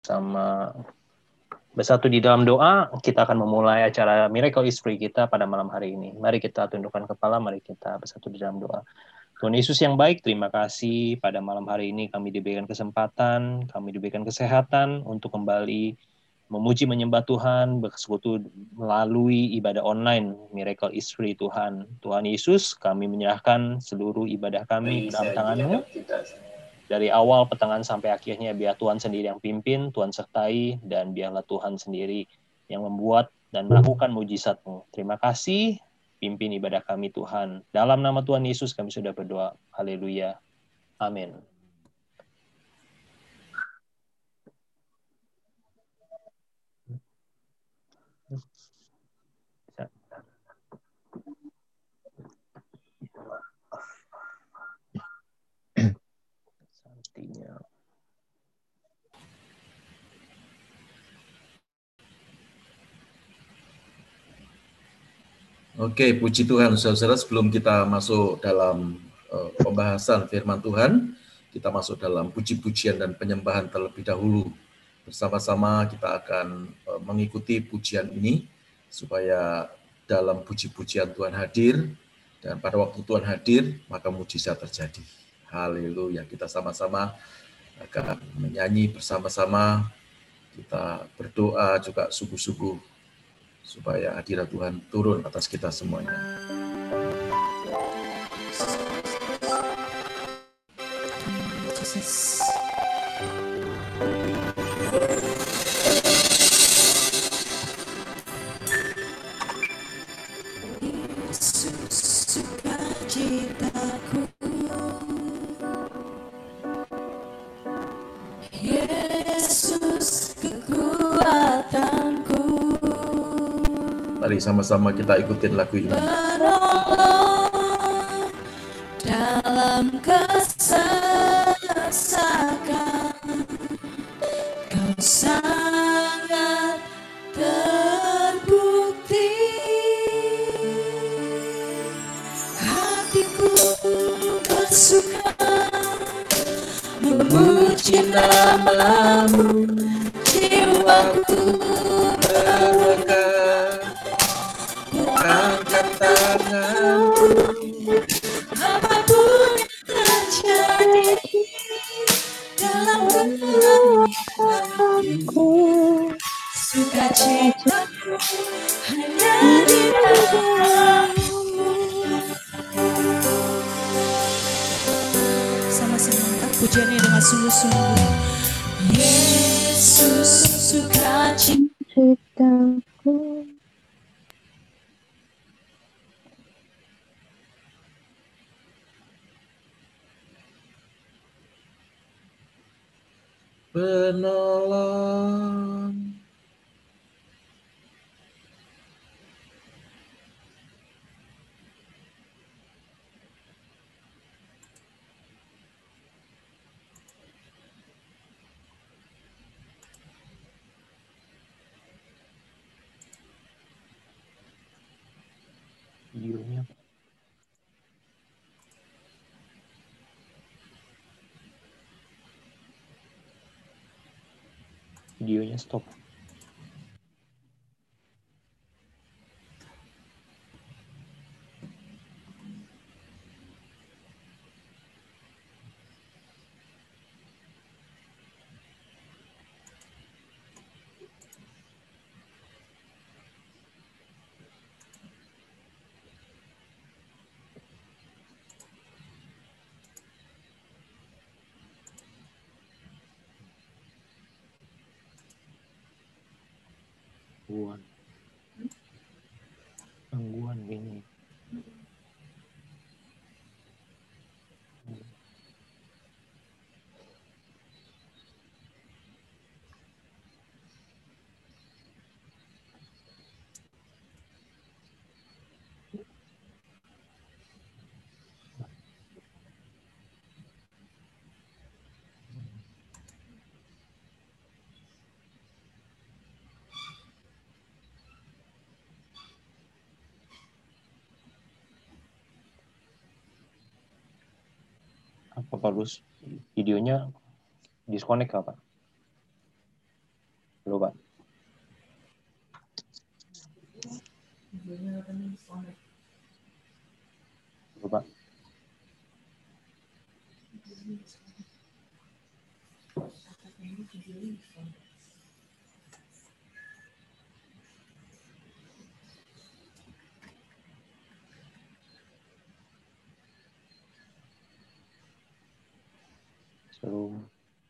sama bersatu di dalam doa, kita akan memulai acara Miracle is Free kita pada malam hari ini. Mari kita tundukkan kepala, mari kita bersatu di dalam doa. Tuhan Yesus yang baik, terima kasih pada malam hari ini kami diberikan kesempatan, kami diberikan kesehatan untuk kembali memuji menyembah Tuhan, bersekutu melalui ibadah online Miracle is Free Tuhan. Tuhan Yesus, kami menyerahkan seluruh ibadah kami ke dalam tangan-Mu. Dari awal pertengahan sampai akhirnya biar Tuhan sendiri yang pimpin, Tuhan sertai, dan biarlah Tuhan sendiri yang membuat dan melakukan mujizat-Mu. Terima kasih, pimpin ibadah kami Tuhan. Dalam nama Tuhan Yesus kami sudah berdoa. Haleluya. Amin. Santinya. Oke, puji Tuhan, saudara-saudara. Sebelum kita masuk dalam pembahasan firman Tuhan, kita masuk dalam puji-pujian dan penyembahan terlebih dahulu. Bersama-sama kita akan mengikuti pujian ini, supaya dalam puji-pujian Tuhan hadir, dan pada waktu Tuhan hadir, maka mujizat terjadi. Haleluya, kita sama-sama akan menyanyi bersama-sama, kita berdoa juga sungguh-sungguh, supaya hadirat Tuhan turun atas kita semuanya. Mari sama-sama kita ikutin lagu ini. Menolong dalam kesesakan, Kau sangat terbukti. Hatiku bersuka memuji nama-Mu, jiwaku bermegah, angkat tanganku, apapun yang terjadi dalam kehidupanku, sukacitaku hanya di dalam-Mu. Sama-sama angkat pujiannya dengan sungguh-sungguh. Yesus, sukacitaku. penolong. Videonya. Videonya stop. Gangguan ini. Apa bagus videonya disconnect apa? Shalom.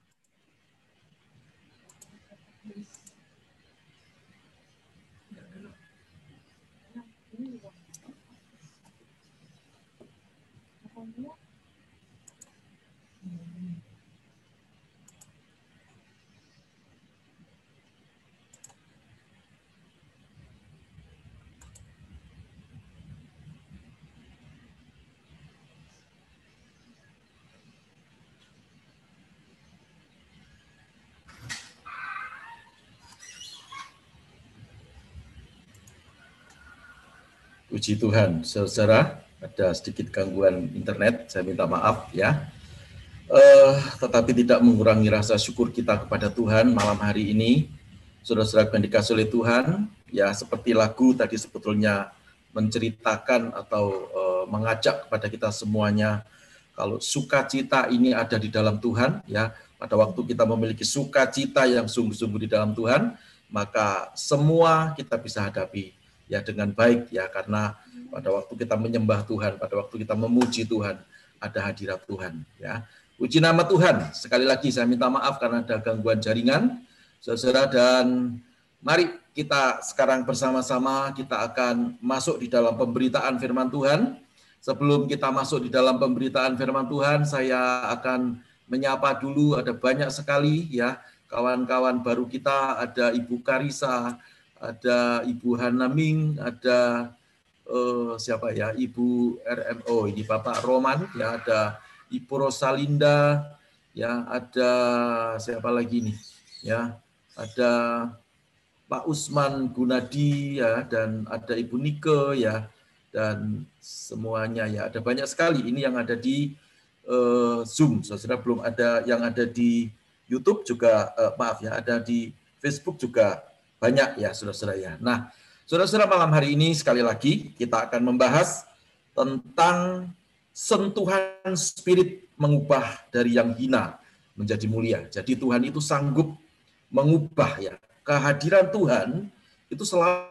Puji Tuhan, saudara, ada sedikit gangguan internet, saya minta maaf ya. Tetapi tidak mengurangi rasa syukur kita kepada Tuhan malam hari ini. Saudara-saudara yang dikasihi oleh Tuhan, ya seperti lagu tadi sebetulnya menceritakan atau mengajak kepada kita semuanya, kalau sukacita ini ada di dalam Tuhan, ya pada waktu kita memiliki sukacita yang sungguh-sungguh di dalam Tuhan, maka semua kita bisa hadapi ya dengan baik ya, karena pada waktu kita menyembah Tuhan, pada waktu kita memuji Tuhan, ada hadirat Tuhan ya. Puji nama Tuhan. Sekali lagi saya minta maaf karena ada gangguan jaringan, saudara, dan mari kita sekarang bersama-sama kita akan masuk di dalam pemberitaan firman Tuhan. Sebelum kita masuk di dalam pemberitaan firman Tuhan, saya akan menyapa dulu, ada banyak sekali ya kawan-kawan baru kita, ada Ibu Karisa, ada Ibu Hanaming, ada siapa ya, Ibu RMO, ini Bapak Roman, ya ada Ibu Rosalinda, ya ada siapa lagi nih, ya ada Pak Usman Gunadi, ya dan ada Ibu Nike, ya dan semuanya ya ada banyak sekali ini yang ada di Zoom, saudara, belum ada yang ada di YouTube juga, maaf ya, ada di Facebook juga banyak ya saudara-saudara ya. Nah, saudara-saudara, malam hari ini sekali lagi kita akan membahas tentang sentuhan spirit mengubah dari yang hina menjadi mulia. Jadi Tuhan itu sanggup mengubah ya. Kehadiran Tuhan itu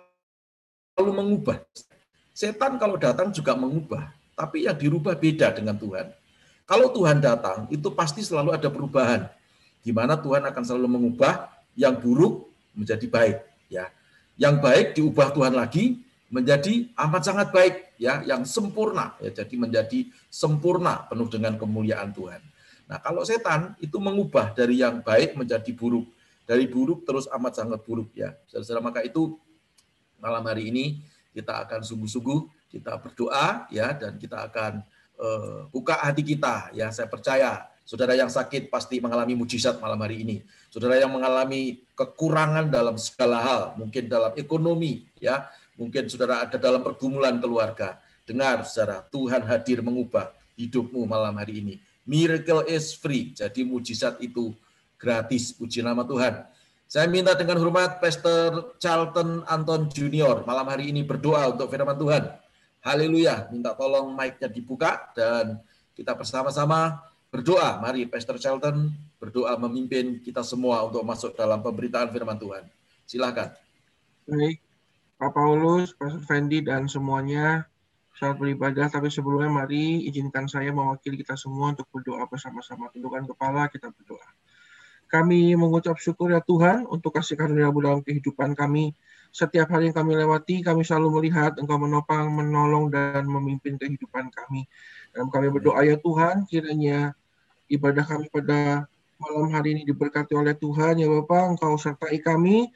selalu mengubah. Setan kalau datang juga mengubah, tapi yang dirubah beda dengan Tuhan. Kalau Tuhan datang itu pasti selalu ada perubahan, di mana Tuhan akan selalu mengubah yang buruk menjadi baik ya. Yang baik diubah Tuhan lagi menjadi amat sangat baik ya, yang sempurna ya, jadi menjadi sempurna penuh dengan kemuliaan Tuhan. Nah, kalau setan itu mengubah dari yang baik menjadi buruk, dari buruk terus amat sangat buruk ya. Saudara-saudara, maka itu malam hari ini kita akan sungguh-sungguh kita berdoa ya, dan kita akan buka hati kita ya. Saya percaya saudara yang sakit pasti mengalami mujizat malam hari ini. Saudara yang mengalami kekurangan dalam segala hal, mungkin dalam ekonomi ya, mungkin saudara ada dalam pergumulan keluarga. Dengar saudara, Tuhan hadir mengubah hidupmu malam hari ini. Miracle is free, jadi mujizat itu gratis. Puji nama Tuhan. Saya minta dengan hormat Pastor Charlton Anton Junior malam hari ini berdoa untuk firman Tuhan. Haleluya. Minta tolong mic-nya dibuka dan kita bersama-sama berdoa. Mari Pastor Charlton berdoa memimpin kita semua untuk masuk dalam pemberitaan firman Tuhan. Silakan. Baik, Pak Paulus, Pastor Fendi, dan semuanya, selamat beribadah. Tapi sebelumnya mari izinkan saya mewakili kita semua untuk berdoa bersama-sama. Tundukkan kepala, kita berdoa. Kami mengucap syukur ya Tuhan untuk kasih karunia-Mu dalam kehidupan kami. Setiap hari yang kami lewati, kami selalu melihat Engkau menopang, menolong, dan memimpin kehidupan kami. Dan kami berdoa ya Tuhan, kiranya ibadah kami pada malam hari ini diberkati oleh Tuhan. Ya Bapak, Engkau sertai kami,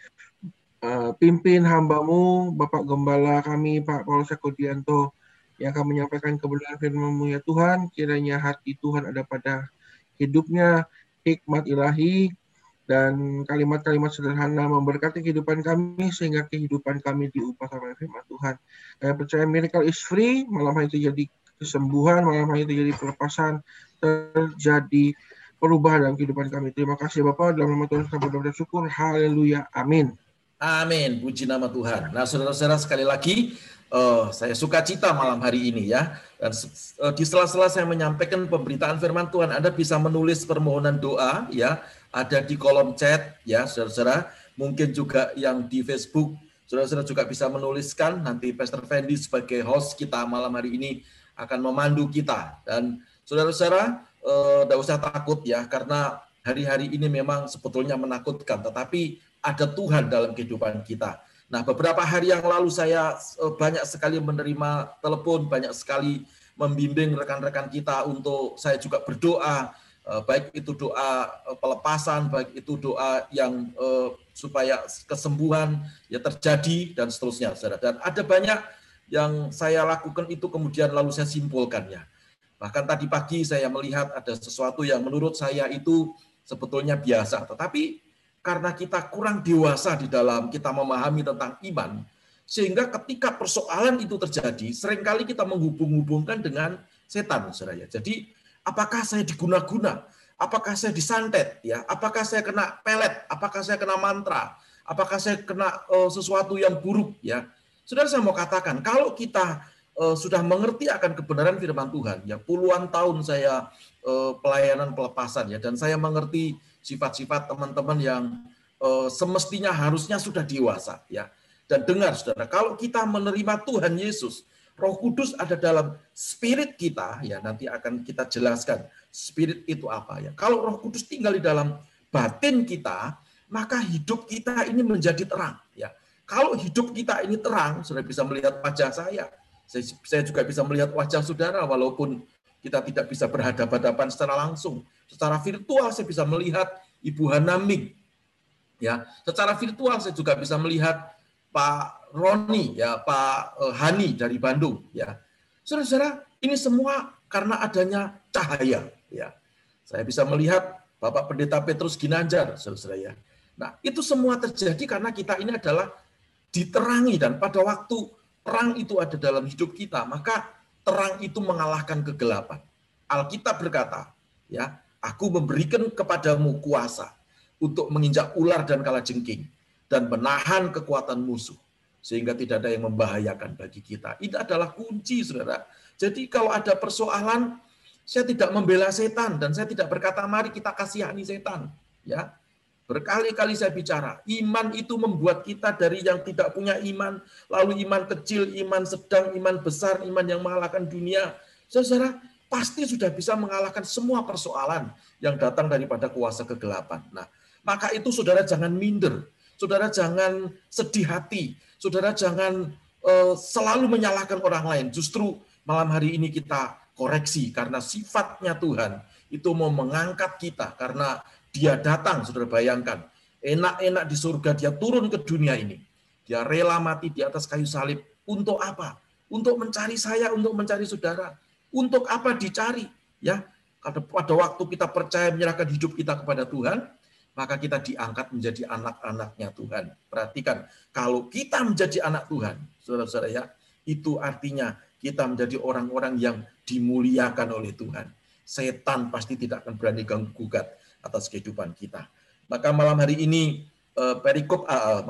pimpin hamba-Mu, Bapak Gembala kami, Pak Paulus Ekodianto, yang akan menyampaikan kebenaran firman-Mu ya Tuhan. Kiranya hati Tuhan ada pada hidupnya, hikmat ilahi, dan kalimat-kalimat sederhana memberkati kehidupan kami, sehingga kehidupan kami diubah oleh firman Tuhan. Saya percaya miracle is free, malam hari itu jadi kesembuhan, malam hari itu jadi pelepasan, terjadi perubahan dalam kehidupan kami. Terima kasih Bapak, dalam nama Tuhan kami bersyukur. Haleluya, amin. Amin, puji nama Tuhan. Nah, saudara-saudara, sekali lagi saya sukacita malam hari ini ya. Dan di sela-sela saya menyampaikan pemberitaan firman Tuhan, Anda bisa menulis permohonan doa ya, ada di kolom chat ya saudara-saudara, mungkin juga yang di Facebook, saudara-saudara juga bisa menuliskan, nanti Pastor Fendi sebagai host kita malam hari ini akan memandu kita. Dan saudara-saudara, tidak usah takut ya, karena hari-hari ini memang sebetulnya menakutkan, tetapi ada Tuhan dalam kehidupan kita. Nah, beberapa hari yang lalu saya banyak sekali menerima telepon, banyak sekali membimbing rekan-rekan kita untuk saya juga berdoa, baik itu doa pelepasan, baik itu doa yang supaya kesembuhan ya terjadi dan seterusnya, saudara. Dan ada banyak yang saya lakukan itu kemudian lalu saya simpulkannya. Bahkan tadi pagi saya melihat ada sesuatu yang menurut saya itu sebetulnya biasa, tetapi karena kita kurang dewasa di dalam kita memahami tentang iman, sehingga ketika persoalan itu terjadi, seringkali kita menghubung-hubungkan dengan setan, saudara. Jadi, apakah saya diguna-guna? Apakah saya disantet? Ya, apakah saya kena pelet? Apakah saya kena mantra? Apakah saya kena sesuatu yang buruk? Ya, saudara, saya mau katakan, kalau kita sudah mengerti akan kebenaran firman Tuhan, ya puluhan tahun saya pelayanan pelepasan ya, dan saya mengerti sifat-sifat teman-teman yang semestinya harusnya sudah dewasa ya. Dan dengar saudara, kalau kita menerima Tuhan Yesus, Roh Kudus ada dalam spirit kita ya, nanti akan kita jelaskan spirit itu apa ya. Kalau Roh Kudus tinggal di dalam batin kita, maka hidup kita ini menjadi terang ya. Kalau hidup kita ini terang, saudara bisa melihat wajah saya juga bisa melihat wajah saudara walaupun kita tidak bisa berhadapan-hadapan secara langsung. Secara virtual saya bisa melihat Ibu Hanaming. Ya, secara virtual saya juga bisa melihat Pak Roni, ya, Pak Hani dari Bandung. Ya, saudara-saudara, ini semua karena adanya cahaya. Ya, saya bisa melihat Bapak Pendeta Petrus Ginanjar, saudara-saudara. Ya. Nah, itu semua terjadi karena kita ini adalah diterangi, dan pada waktu terang itu ada dalam hidup kita, maka terang itu mengalahkan kegelapan. Alkitab berkata, ya, aku memberikan kepadamu kuasa untuk menginjak ular dan kalajengking dan menahan kekuatan musuh sehingga tidak ada yang membahayakan bagi kita. Itu adalah kunci, saudara. Jadi kalau ada persoalan, saya tidak membela setan dan saya tidak berkata mari kita kasihani setan, ya. Berkali-kali saya bicara, iman itu membuat kita dari yang tidak punya iman, lalu iman kecil, iman sedang, iman besar, iman yang mengalahkan dunia. Saudara, pasti sudah bisa mengalahkan semua persoalan yang datang daripada kuasa kegelapan. Nah, maka itu saudara jangan minder, saudara jangan sedih hati, saudara jangan selalu menyalahkan orang lain. Justru malam hari ini kita koreksi, karena sifatnya Tuhan itu mau mengangkat kita, karena Dia datang, saudara bayangkan, enak-enak di surga, Dia turun ke dunia ini. Dia rela mati di atas kayu salib. Untuk apa? Untuk mencari saya, untuk mencari saudara. Untuk apa dicari? Ya, pada waktu kita percaya menyerahkan hidup kita kepada Tuhan, maka kita diangkat menjadi anak-anaknya Tuhan. Perhatikan, kalau kita menjadi anak Tuhan, saudara-saudara ya, itu artinya kita menjadi orang-orang yang dimuliakan oleh Tuhan. Setan pasti tidak akan berani ganggu-gugat atas kehidupan kita. Maka malam hari ini perikop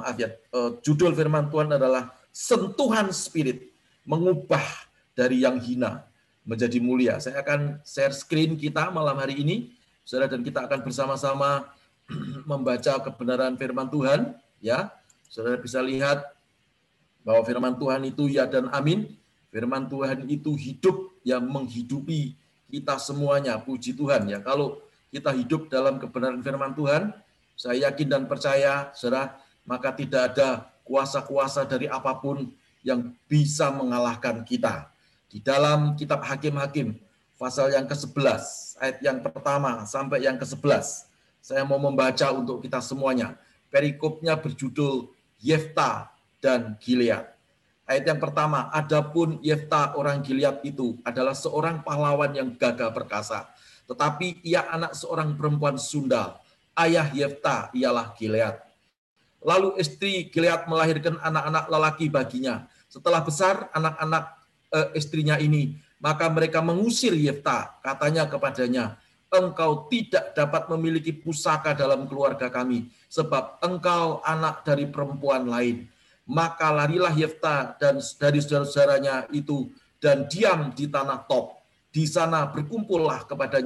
judul firman Tuhan adalah sentuhan spirit, mengubah dari yang hina menjadi mulia. Saya akan share screen kita malam hari ini, saudara, dan kita akan bersama-sama membaca kebenaran firman Tuhan, ya. Saudara bisa lihat bahwa firman Tuhan itu ya dan amin. Firman Tuhan itu hidup yang menghidupi kita semuanya. Puji Tuhan ya. Kalau kita hidup dalam kebenaran firman Tuhan, saya yakin dan percaya, saudara, maka tidak ada kuasa-kuasa dari apapun yang bisa mengalahkan kita. Di dalam kitab Hakim-Hakim, pasal yang ke-11, ayat yang pertama sampai yang ke-11, saya mau membaca untuk kita semuanya. Perikopnya berjudul Yefta dan Gilead. Ayat yang pertama, adapun Yefta orang Gilead itu adalah seorang pahlawan yang gagah perkasa, tetapi ia anak seorang perempuan sundal. Ayah Yefta ialah Gilead. Lalu istri Gilead melahirkan anak-anak lelaki baginya. Setelah besar anak-anak istrinya ini, maka mereka mengusir Yefta. Katanya kepadanya, engkau tidak dapat memiliki pusaka dalam keluarga kami, sebab engkau anak dari perempuan lain. Maka larilah Yefta dan dari saudara-saudaranya itu dan diam di tanah Top. Di sana berkumpullah kepadanya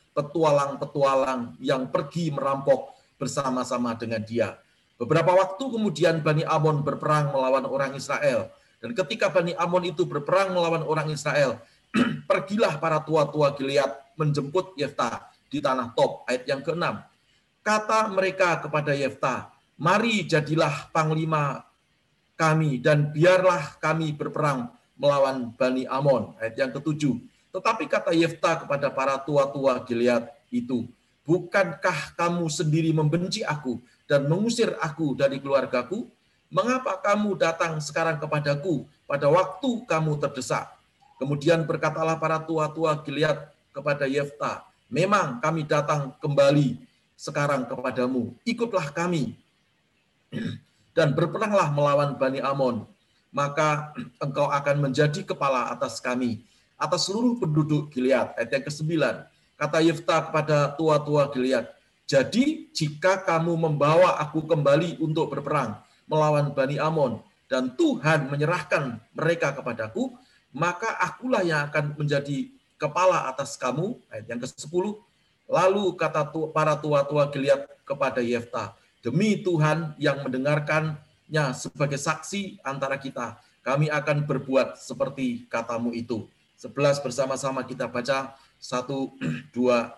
petualang-petualang yang pergi merampok bersama-sama dengan dia. Beberapa waktu kemudian Bani Amon berperang melawan orang Israel. Dan ketika Bani Amon itu berperang melawan orang Israel, pergilah para tua-tua Gilead menjemput Yefta di tanah Tob, ayat yang ke-6. Kata mereka kepada Yefta, mari jadilah panglima kami dan biarlah kami berperang melawan Bani Amon, ayat yang ke-7. Tetapi kata Yefta kepada para tua-tua Gilead itu, bukankah kamu sendiri membenci aku dan mengusir aku dari keluargaku? Mengapa kamu datang sekarang kepadaku pada waktu kamu terdesak? Kemudian berkatalah para tua-tua Gilead kepada Yefta, memang kami datang kembali sekarang kepadamu, ikutlah kami dan berperanglah melawan Bani Amon, maka engkau akan menjadi kepala atas kami, atas seluruh penduduk Gilead. Ayat yang ke-9, kata Yefta kepada tua-tua Gilead, jadi jika kamu membawa aku kembali untuk berperang melawan Bani Amon, dan Tuhan menyerahkan mereka kepadaku, maka akulah yang akan menjadi kepala atas kamu. Ayat yang ke-10, lalu kata para tua-tua Gilead kepada Yefta, demi Tuhan yang mendengarkannya sebagai saksi antara kita, kami akan berbuat seperti katamu itu. 11 bersama-sama kita baca, 1, 2,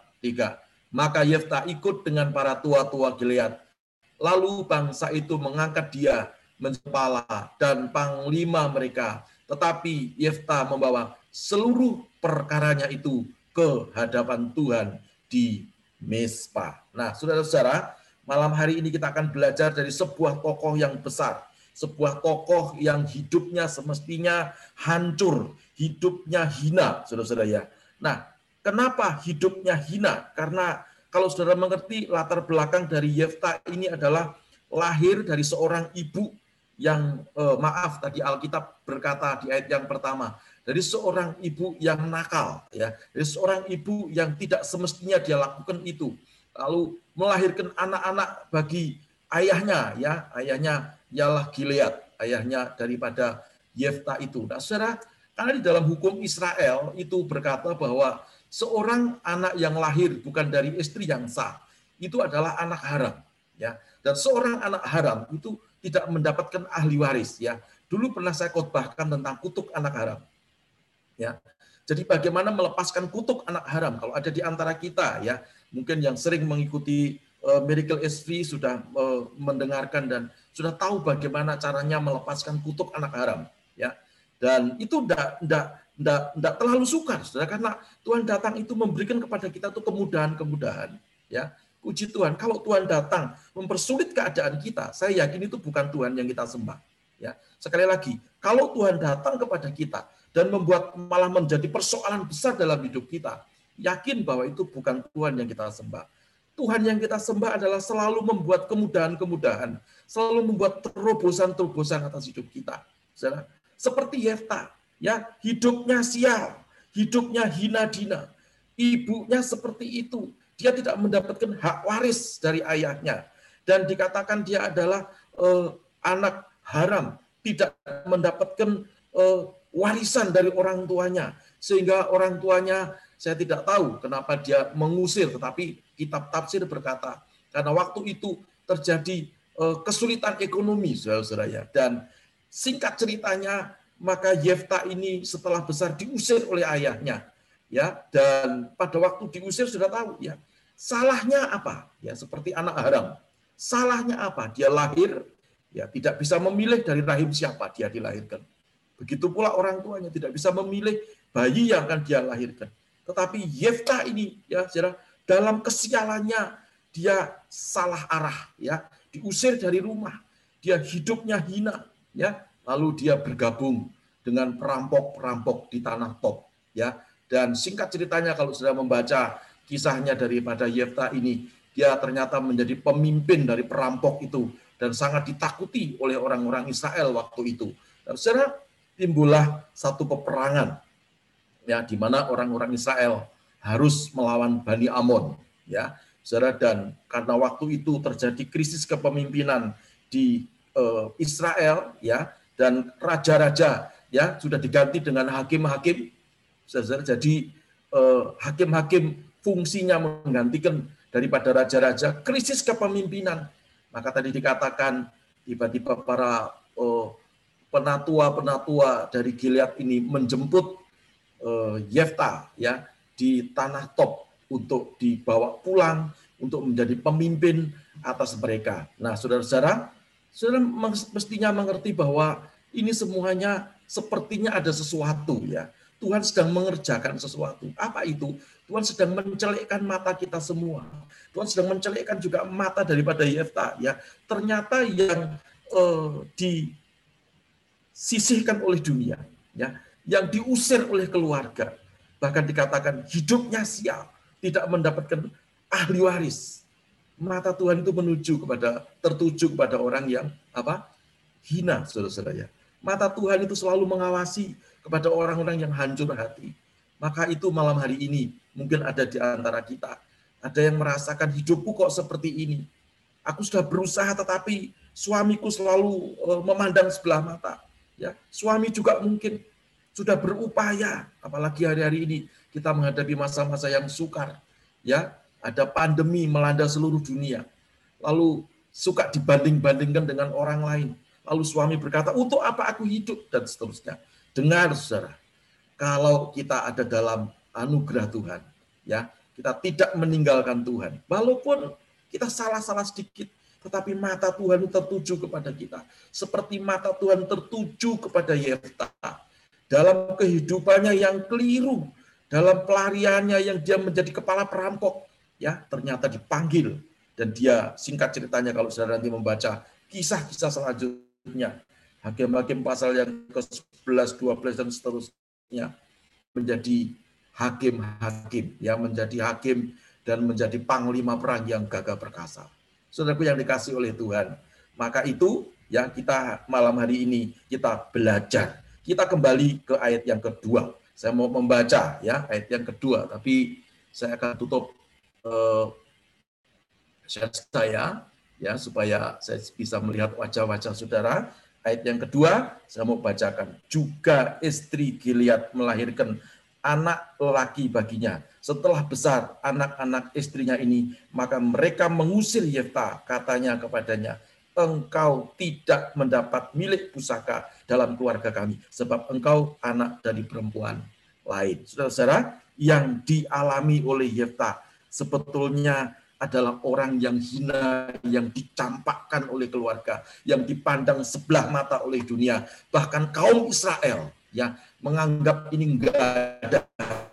3. Maka Yefta ikut dengan para tua-tua Gilead. Lalu bangsa itu mengangkat dia menjadi kepala dan panglima mereka. Tetapi Yefta membawa seluruh perkaranya itu ke hadapan Tuhan di Mizpah. Nah, saudara-saudara, malam hari ini kita akan belajar dari sebuah tokoh yang besar. Sebuah tokoh yang hidupnya semestinya hancur, hidupnya hina, saudara-saudara ya. Nah, kenapa hidupnya hina? Karena kalau saudara mengerti latar belakang dari Yefta ini adalah lahir dari seorang ibu yang, tadi Alkitab berkata di ayat yang pertama, dari seorang ibu yang nakal, ya, dari seorang ibu yang tidak semestinya dia lakukan itu, lalu melahirkan anak-anak bagi ayahnya, ya, ayahnya ialah Gilead, ayahnya daripada Yefta itu. Nah, saudara, karena di dalam hukum Israel itu berkata bahwa seorang anak yang lahir bukan dari istri yang sah itu adalah anak haram, ya. Dan seorang anak haram itu tidak mendapatkan ahli waris, ya. Dulu pernah saya khotbahkan tentang kutuk anak haram, ya. Jadi bagaimana melepaskan kutuk anak haram? Kalau ada di antara kita, ya, mungkin yang sering mengikuti Miracle SV sudah mendengarkan dan sudah tahu bagaimana caranya melepaskan kutuk anak haram, ya. Dan itu tidak terlalu sukar, saudara, karena Tuhan datang itu memberikan kepada kita tuh kemudahan-kemudahan, ya. Puji Tuhan, kalau Tuhan datang mempersulit keadaan kita, saya yakin itu bukan Tuhan yang kita sembah, ya. Sekali lagi, kalau Tuhan datang kepada kita dan membuat malah menjadi persoalan besar dalam hidup kita, yakin bahwa itu bukan Tuhan yang kita sembah. Tuhan yang kita sembah adalah selalu membuat kemudahan-kemudahan, selalu membuat terobosan-terobosan atas hidup kita, saudara. Seperti Yefta, ya, hidupnya sial, hidupnya hina-dina. Ibunya seperti itu. Dia tidak mendapatkan hak waris dari ayahnya. Dan dikatakan dia adalah anak haram, tidak mendapatkan warisan dari orang tuanya. Sehingga orang tuanya, saya tidak tahu kenapa dia mengusir, tetapi kitab tafsir berkata, karena waktu itu terjadi kesulitan ekonomi, saudara-saudara ya. Dan singkat ceritanya, maka Yefta ini setelah besar diusir oleh ayahnya, ya. Dan pada waktu diusir sudah tahu, ya, salahnya apa? Ya, seperti anak haram. Salahnya apa? Dia lahir, ya, tidak bisa memilih dari rahim siapa dia dilahirkan. Begitu pula orang tuanya tidak bisa memilih bayi yang akan dia lahirkan. Tetapi Yefta ini, ya, saudara, dalam kesialannya dia salah arah, ya, diusir dari rumah, dia hidupnya hina, ya, lalu dia bergabung dengan perampok-perampok di tanah Tob, ya. Dan singkat ceritanya kalau sudah membaca kisahnya daripada Yefta ini, dia ternyata menjadi pemimpin dari perampok itu dan sangat ditakuti oleh orang-orang Israel waktu itu. Dan secara timbullah satu peperangan, ya, di mana orang-orang Israel harus melawan Bani Amon, ya, saudara. Dan karena waktu itu terjadi krisis kepemimpinan di Israel, ya, dan raja-raja, ya, sudah diganti dengan hakim-hakim, saudara. Jadi hakim-hakim fungsinya menggantikan daripada raja-raja, krisis kepemimpinan. Maka tadi dikatakan tiba-tiba para penatua-penatua dari Gilead ini menjemput Yefta ya di tanah Tob untuk dibawa pulang untuk menjadi pemimpin atas mereka. Nah, saudara-saudara, saudara mestinya mengerti bahwa ini semuanya sepertinya ada sesuatu ya. Tuhan sedang mengerjakan sesuatu. Apa itu? Tuhan sedang mencelikkan mata kita semua. Tuhan sedang mencelikkan juga mata daripada Yefta ya. Ternyata yang disisihkan oleh dunia ya, yang diusir oleh keluarga, bahkan dikatakan hidupnya sial, tidak mendapatkan ahli waris. Mata Tuhan itu tertuju kepada orang yang hina, saudara-saudara ya. Mata Tuhan itu selalu mengawasi kepada orang-orang yang hancur hati. Maka itu malam hari ini mungkin ada di antara kita, ada yang merasakan hidupku kok seperti ini. Aku sudah berusaha tetapi suamiku selalu memandang sebelah mata. Ya, suami juga mungkin sudah berupaya, apalagi hari-hari ini kita menghadapi masa-masa yang sukar. Ya, ada pandemi melanda seluruh dunia. Lalu suka dibanding-bandingkan dengan orang lain. Lalu suami berkata, untuk apa aku hidup? Dan seterusnya. Dengar, saudara, kalau kita ada dalam anugerah Tuhan, ya, kita tidak meninggalkan Tuhan. Walaupun kita salah-salah sedikit, tetapi mata Tuhan tertuju kepada kita. Seperti mata Tuhan tertuju kepada Yefta. Dalam kehidupannya yang keliru, dalam pelariannya yang dia menjadi kepala perampok, ya, ternyata dipanggil. Dan dia, singkat ceritanya kalau saudara nanti membaca kisah-kisah selanjutnya, Hakim-Hakim pasal yang ke-11, 12 dan seterusnya, menjadi hakim-hakim, ya, menjadi hakim dan menjadi panglima perang yang gagah perkasa. Saudaraku yang dikasih oleh Tuhan, maka itu ya kita malam hari ini kita belajar. Kita kembali ke ayat yang kedua. Saya mau membaca ya ayat yang kedua, tapi saya akan tutup share saya ya supaya saya bisa melihat wajah-wajah saudara. Ayat yang kedua saya mau bacakan. Juga istri Gilead melahirkan anak lelaki baginya. Setelah besar anak-anak istrinya ini, maka mereka mengusir Yefta, katanya kepadanya, engkau tidak mendapat milik pusaka dalam keluarga kami, sebab engkau anak dari perempuan lain. Saudara-saudara, yang dialami oleh Yefta sebetulnya adalah orang yang hina, yang dicampakkan oleh keluarga, yang dipandang sebelah mata oleh dunia. Bahkan kaum Israel ya menganggap ini enggak ada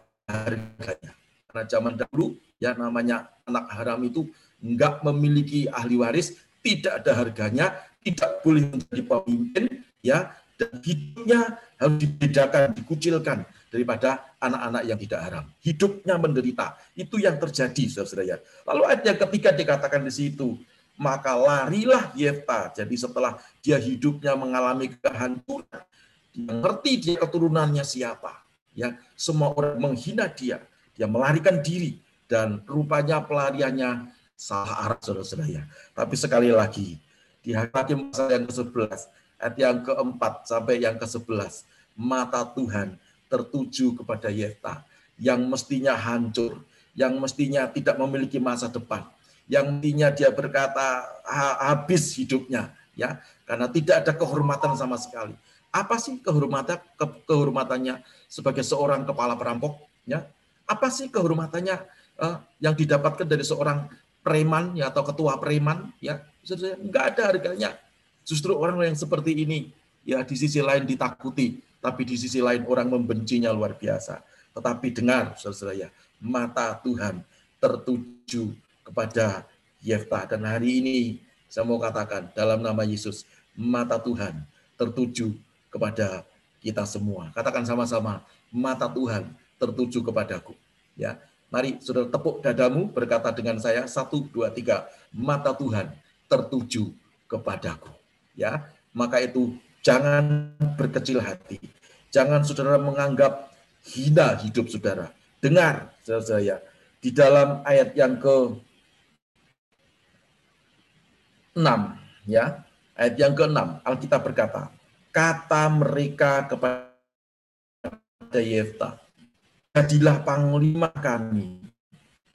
harganya. Karena zaman dahulu ya namanya anak haram itu enggak memiliki ahli waris, tidak ada harganya, tidak boleh menjadi pemimpin ya, dan hidupnya harus dibedakan, dikucilkan daripada anak-anak yang tidak haram. Hidupnya menderita. Itu yang terjadi, saudara-saudara. Lalu ayat yang ketiga dikatakan di situ, maka larilah Yefta. Jadi setelah dia hidupnya mengalami kehancuran, dia ngerti dia keturunannya siapa. Ya, semua orang menghina dia. Dia melarikan diri dan rupanya pelariannya salah arah, saudara-saudara. Tapi sekali lagi di Hakim pasal yang ke-11, ayat yang ke-4 sampai yang ke-11, mata Tuhan tertuju kepada Yefta yang mestinya hancur, yang mestinya tidak memiliki masa depan, yang mestinya dia berkata habis hidupnya, ya, karena tidak ada kehormatan sama sekali. Apa sih kehormatannya sebagai seorang kepala perampok? Ya, apa sih kehormatannya yang didapatkan dari seorang preman ya, atau ketua preman? Ya, enggak ada harganya. Justru orang yang seperti ini ya di sisi lain ditakuti, tapi di sisi lain orang membencinya luar biasa. Tetapi dengar, saudara ya, mata Tuhan tertuju kepada Yefta. Dan hari ini saya mau katakan dalam nama Yesus, mata Tuhan tertuju kepada kita semua. Katakan sama-sama, mata Tuhan tertuju kepadaku. Ya, mari saudara tepuk dadamu berkata dengan saya, 1, 2, 3, mata Tuhan tertuju kepadaku. Ya, maka itu jangan berkecil hati. Jangan saudara menganggap hina hidup saudara. Dengar, saudara ya, di dalam ayat yang ke-6, ya, ayat yang ke-6, Alkitab berkata, kata mereka kepada Yefta, jadilah panglima kami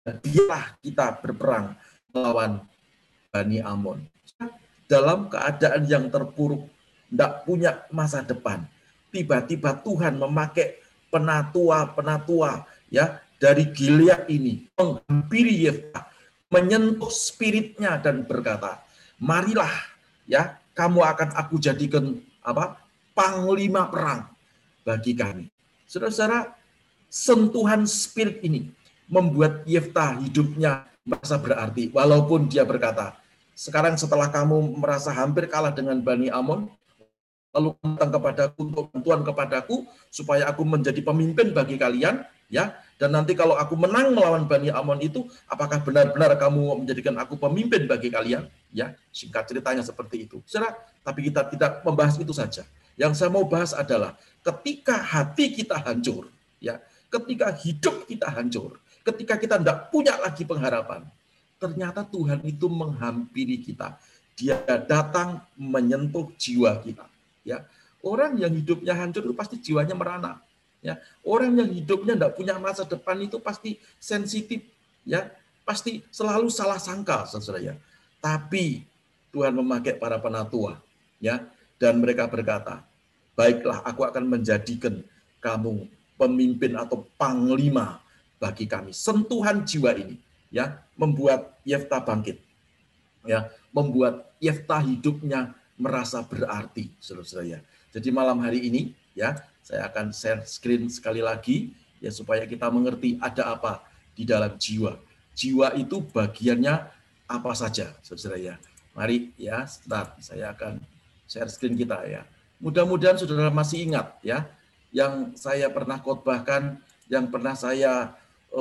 biarlah kita berperang melawan Bani Amon. Dalam keadaan yang terpuruk, tidak punya masa depan, tiba-tiba Tuhan memakai penatua ya dari Gilead ini menghampiri Yefta, menyentuh spiritnya dan berkata, marilah ya, kamu akan aku jadikan panglima perang bagi kami. Saudara-saudara, sentuhan spirit ini membuat Yefta hidupnya merasa berarti, walaupun dia berkata, sekarang setelah kamu merasa hampir kalah dengan Bani Amon, lalu datang kepadaku untuk bantuan kepadaku supaya aku menjadi pemimpin bagi kalian, ya. Dan nanti kalau aku menang melawan Bani Amon itu, apakah benar-benar kamu menjadikan aku pemimpin bagi kalian? Ya, singkat ceritanya seperti itu. Saudara, tapi kita tidak membahas itu saja. Yang saya mau bahas adalah ketika hati kita hancur, ya, ketika hidup kita hancur, ketika kita tidak punya lagi pengharapan, ternyata Tuhan itu menghampiri kita. Dia datang menyentuh jiwa kita. Ya, orang yang hidupnya hancur itu pasti jiwanya merana. Ya, orang yang hidupnya tidak punya masa depan itu pasti sensitif. Ya, pasti selalu salah sangka, saudara ya. Tapi Tuhan memakai para penatua. Ya, dan mereka berkata, baiklah, aku akan menjadikan kamu pemimpin atau panglima bagi kami. Sentuhan jiwa ini, ya, membuat Yefta bangkit, ya, membuat Yefta hidupnya merasa berarti, saudara-saudara ya. Jadi malam hari ini, ya, saya akan share screen sekali lagi, ya, supaya kita mengerti ada apa di dalam jiwa. Jiwa itu bagiannya apa saja, saudara ya. Mari, ya, start. Saya akan share screen kita, ya. Mudah-mudahan saudara masih ingat, ya, yang saya pernah khotbahkan, yang pernah saya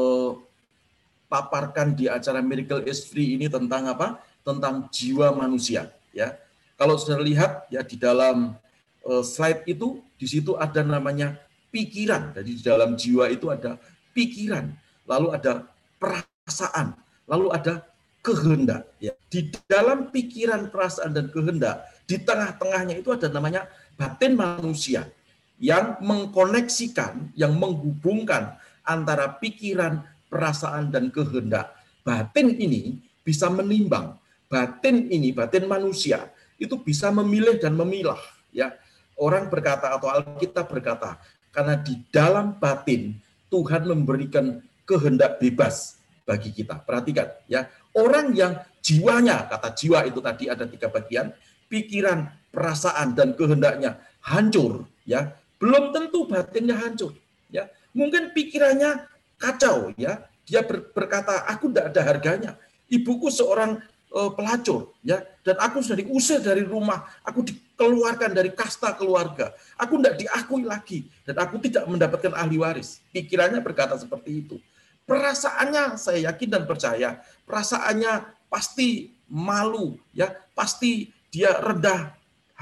paparkan di acara Miracle is Free ini tentang apa? Tentang jiwa manusia. Ya, kalau saudara lihat ya di dalam slide itu, di situ ada namanya pikiran. Jadi di dalam jiwa itu ada pikiran, lalu ada perasaan, lalu ada kehendak. Ya, di dalam pikiran, perasaan dan kehendak, di tengah-tengahnya itu ada namanya batin manusia yang mengkoneksikan, yang menghubungkan antara pikiran, perasaan dan kehendak. Batin ini bisa menimbang, batin ini, batin manusia itu bisa memilih dan memilah, ya. Orang berkata atau Alkitab berkata, karena di dalam batin Tuhan memberikan kehendak bebas bagi kita. Perhatikan, ya. Orang yang jiwanya, kata jiwa itu tadi ada 3 bagian, pikiran, perasaan dan kehendaknya hancur, ya. Belum tentu batinnya hancur, ya. Mungkin pikirannya kacau, ya, dia berkata, aku tidak ada harganya, ibuku seorang pelacur, ya, dan aku sudah diusir dari rumah, aku dikeluarkan dari kasta keluarga, aku tidak diakui lagi, dan aku tidak mendapatkan ahli waris. Pikirannya berkata seperti itu. Perasaannya saya yakin dan percaya, perasaannya pasti malu, ya, pasti dia rendah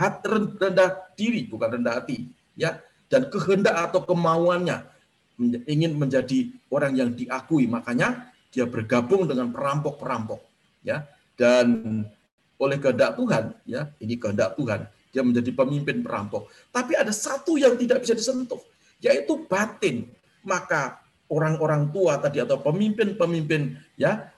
diri, bukan rendah hati, ya, dan kehendak atau kemauannya ingin menjadi orang yang diakui, makanya dia bergabung dengan perampok-perampok, ya, dan oleh kehendak Tuhan, ya, ini kehendak Tuhan, dia menjadi pemimpin perampok. Tapi ada satu yang tidak bisa disentuh, yaitu batin. Maka orang-orang tua tadi atau pemimpin-pemimpin, ya,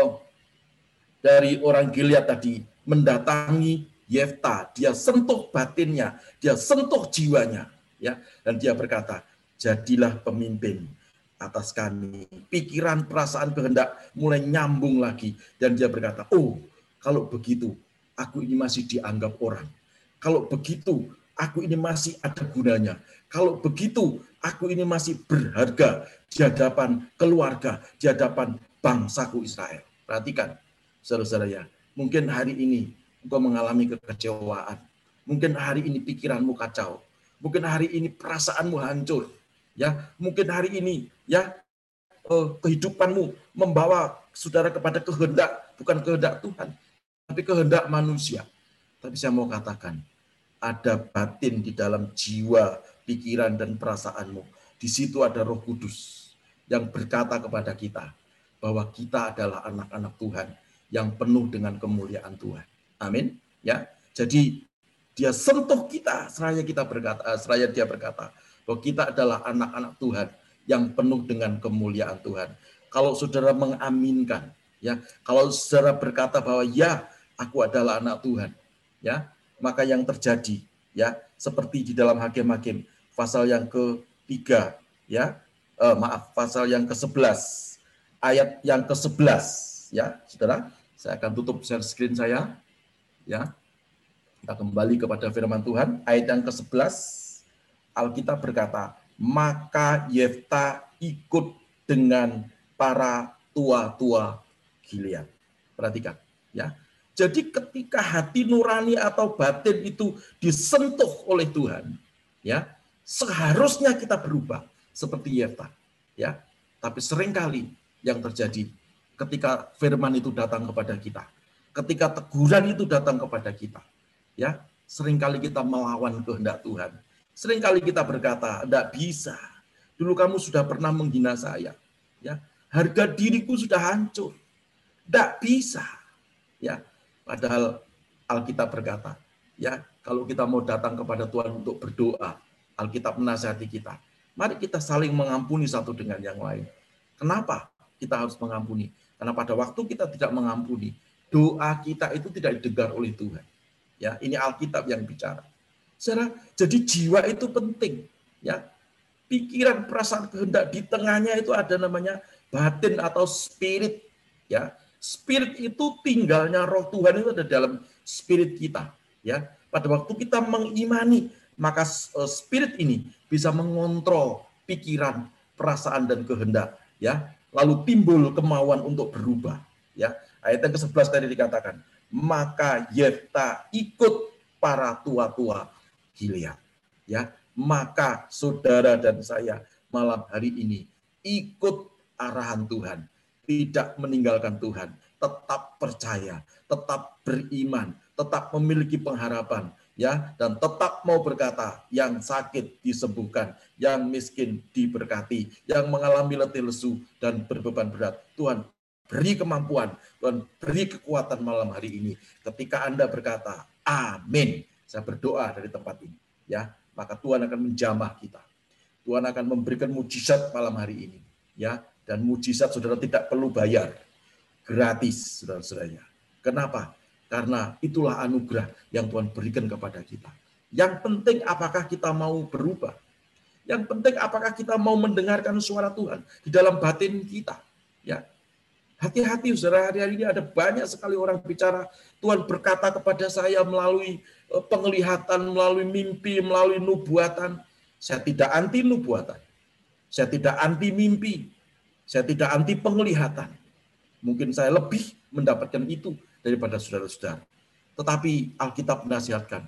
dari orang Gilead tadi mendatangi Yefta, dia sentuh batinnya, dia sentuh jiwanya, ya, dan dia berkata, jadilah pemimpin atas kami. Pikiran, perasaan, kehendak mulai nyambung lagi. Dan dia berkata, oh, kalau begitu, aku ini masih dianggap orang. Kalau begitu, aku ini masih ada gunanya. Kalau begitu, aku ini masih berharga di hadapan keluarga, di hadapan bangsaku Israel. Perhatikan, saudara-saudara ya, mungkin hari ini engkau mengalami kekecewaan. Mungkin hari ini pikiranmu kacau. Mungkin hari ini perasaanmu hancur. Ya, mungkin hari ini ya kehidupanmu membawa saudara kepada kehendak, bukan kehendak Tuhan, tapi kehendak manusia. Tapi saya mau katakan, ada batin di dalam jiwa, pikiran dan perasaanmu. Di situ ada Roh Kudus yang berkata kepada kita bahwa kita adalah anak-anak Tuhan yang penuh dengan kemuliaan Tuhan. Amin. Ya, jadi dia sentuh kita, seraya dia berkata bahwa kita adalah anak-anak Tuhan yang penuh dengan kemuliaan Tuhan. kalau saudara mengaminkan, ya, kalau saudara berkata bahwa ya, aku adalah anak Tuhan, ya, maka yang terjadi, ya, seperti di dalam Hakim-Hakim pasal yang ke-3, ya, pasal yang ke-11, ayat yang ke-11, ya, saudara, saya akan tutup share screen saya, ya. Kita kembali kepada firman Tuhan, ayat yang ke-11, Alkitab berkata, maka Yefta ikut dengan para tua-tua Gilead. Perhatikan, ya. Jadi ketika hati nurani atau batin itu disentuh oleh Tuhan, ya, seharusnya kita berubah seperti Yefta, ya. Tapi seringkali yang terjadi ketika firman itu datang kepada kita, ketika teguran itu datang kepada kita, ya, seringkali kita melawan kehendak Tuhan. Seringkali kita berkata, tidak bisa. Dulu kamu sudah pernah menghina saya, ya. Harga diriku sudah hancur. Tidak bisa, ya. Padahal Alkitab berkata, ya, kalau kita mau datang kepada Tuhan untuk berdoa, Alkitab menasihati kita. Mari kita saling mengampuni satu dengan yang lain. Kenapa kita harus mengampuni? Karena pada waktu kita tidak mengampuni, doa kita itu tidak didengar oleh Tuhan. Ya, ini Alkitab yang bicara. Jadi jiwa itu penting, ya. Pikiran, perasaan, kehendak, di tengahnya itu ada namanya batin atau spirit, ya. Spirit itu tinggalnya Roh Tuhan itu ada dalam spirit kita, ya. Pada waktu kita mengimani, maka spirit ini bisa mengontrol pikiran, perasaan dan kehendak, ya. Lalu timbul kemauan untuk berubah, ya. Ayat yang ke-11 tadi dikatakan, maka Yefta ikut para tua-tua Gilead, ya. Maka saudara dan saya malam hari ini ikut arahan Tuhan, tidak meninggalkan Tuhan, tetap percaya, tetap beriman, tetap memiliki pengharapan, ya, dan tetap mau berkata, yang sakit disembuhkan, yang miskin diberkati, yang mengalami letih lesu dan berbeban berat, Tuhan beri kemampuan, Tuhan beri kekuatan malam hari ini. Ketika Anda berkata, amin, saya berdoa dari tempat ini, ya, maka Tuhan akan menjamah kita. Tuhan akan memberikan mujizat malam hari ini, ya, dan mujizat saudara tidak perlu bayar, gratis, saudara-saudaranya. Kenapa? Karena itulah anugerah yang Tuhan berikan kepada kita. Yang penting apakah kita mau berubah. Yang penting apakah kita mau mendengarkan suara Tuhan di dalam batin kita, ya. Hati-hati, saudara, hari-hari ini ada banyak sekali orang bicara, Tuhan berkata kepada saya melalui penglihatan, melalui mimpi, melalui nubuatan. Saya tidak anti nubuatan. Saya tidak anti mimpi. Saya tidak anti penglihatan. Mungkin saya lebih mendapatkan itu daripada saudara-saudara. Tetapi Alkitab menasihatkan,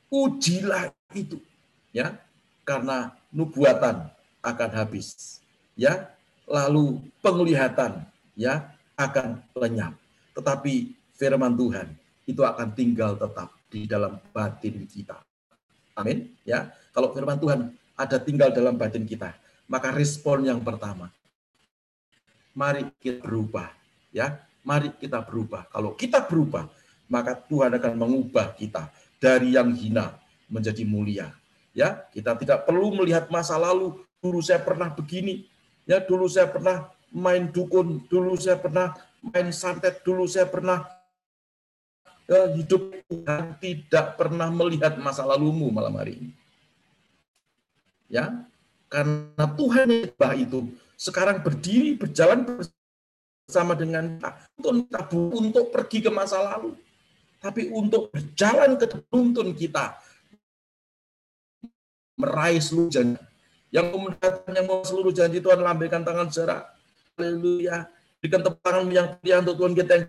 ujilah itu, ya, karena nubuatan akan habis, ya, lalu penglihatan, ya, akan lenyap. Tetapi firman Tuhan itu akan tinggal tetap di dalam batin kita. Amin, ya. Kalau firman Tuhan ada tinggal dalam batin kita, maka respon yang pertama, mari kita berubah, ya. Mari kita berubah. Kalau kita berubah, maka Tuhan akan mengubah kita dari yang hina menjadi mulia. Ya, kita tidak perlu melihat masa lalu. Dulu saya pernah begini, ya. Dulu saya pernah main dukun, dulu saya pernah main santet, dulu saya pernah hidup. Tuhan tidak pernah melihat masa lalumu malam hari ini. Ya, karena Tuhan itu sekarang berdiri berjalan bersama dengan kita untuk pergi ke masa lalu, tapi untuk berjalan ke tuntun kita meraih seluruh janji. Yang kemudian yang mau seluruh janji Tuhan, lambaikan tangan saudara. Haleluya. Berikan tepuk tangan yang pilihan untuk Tuhan kita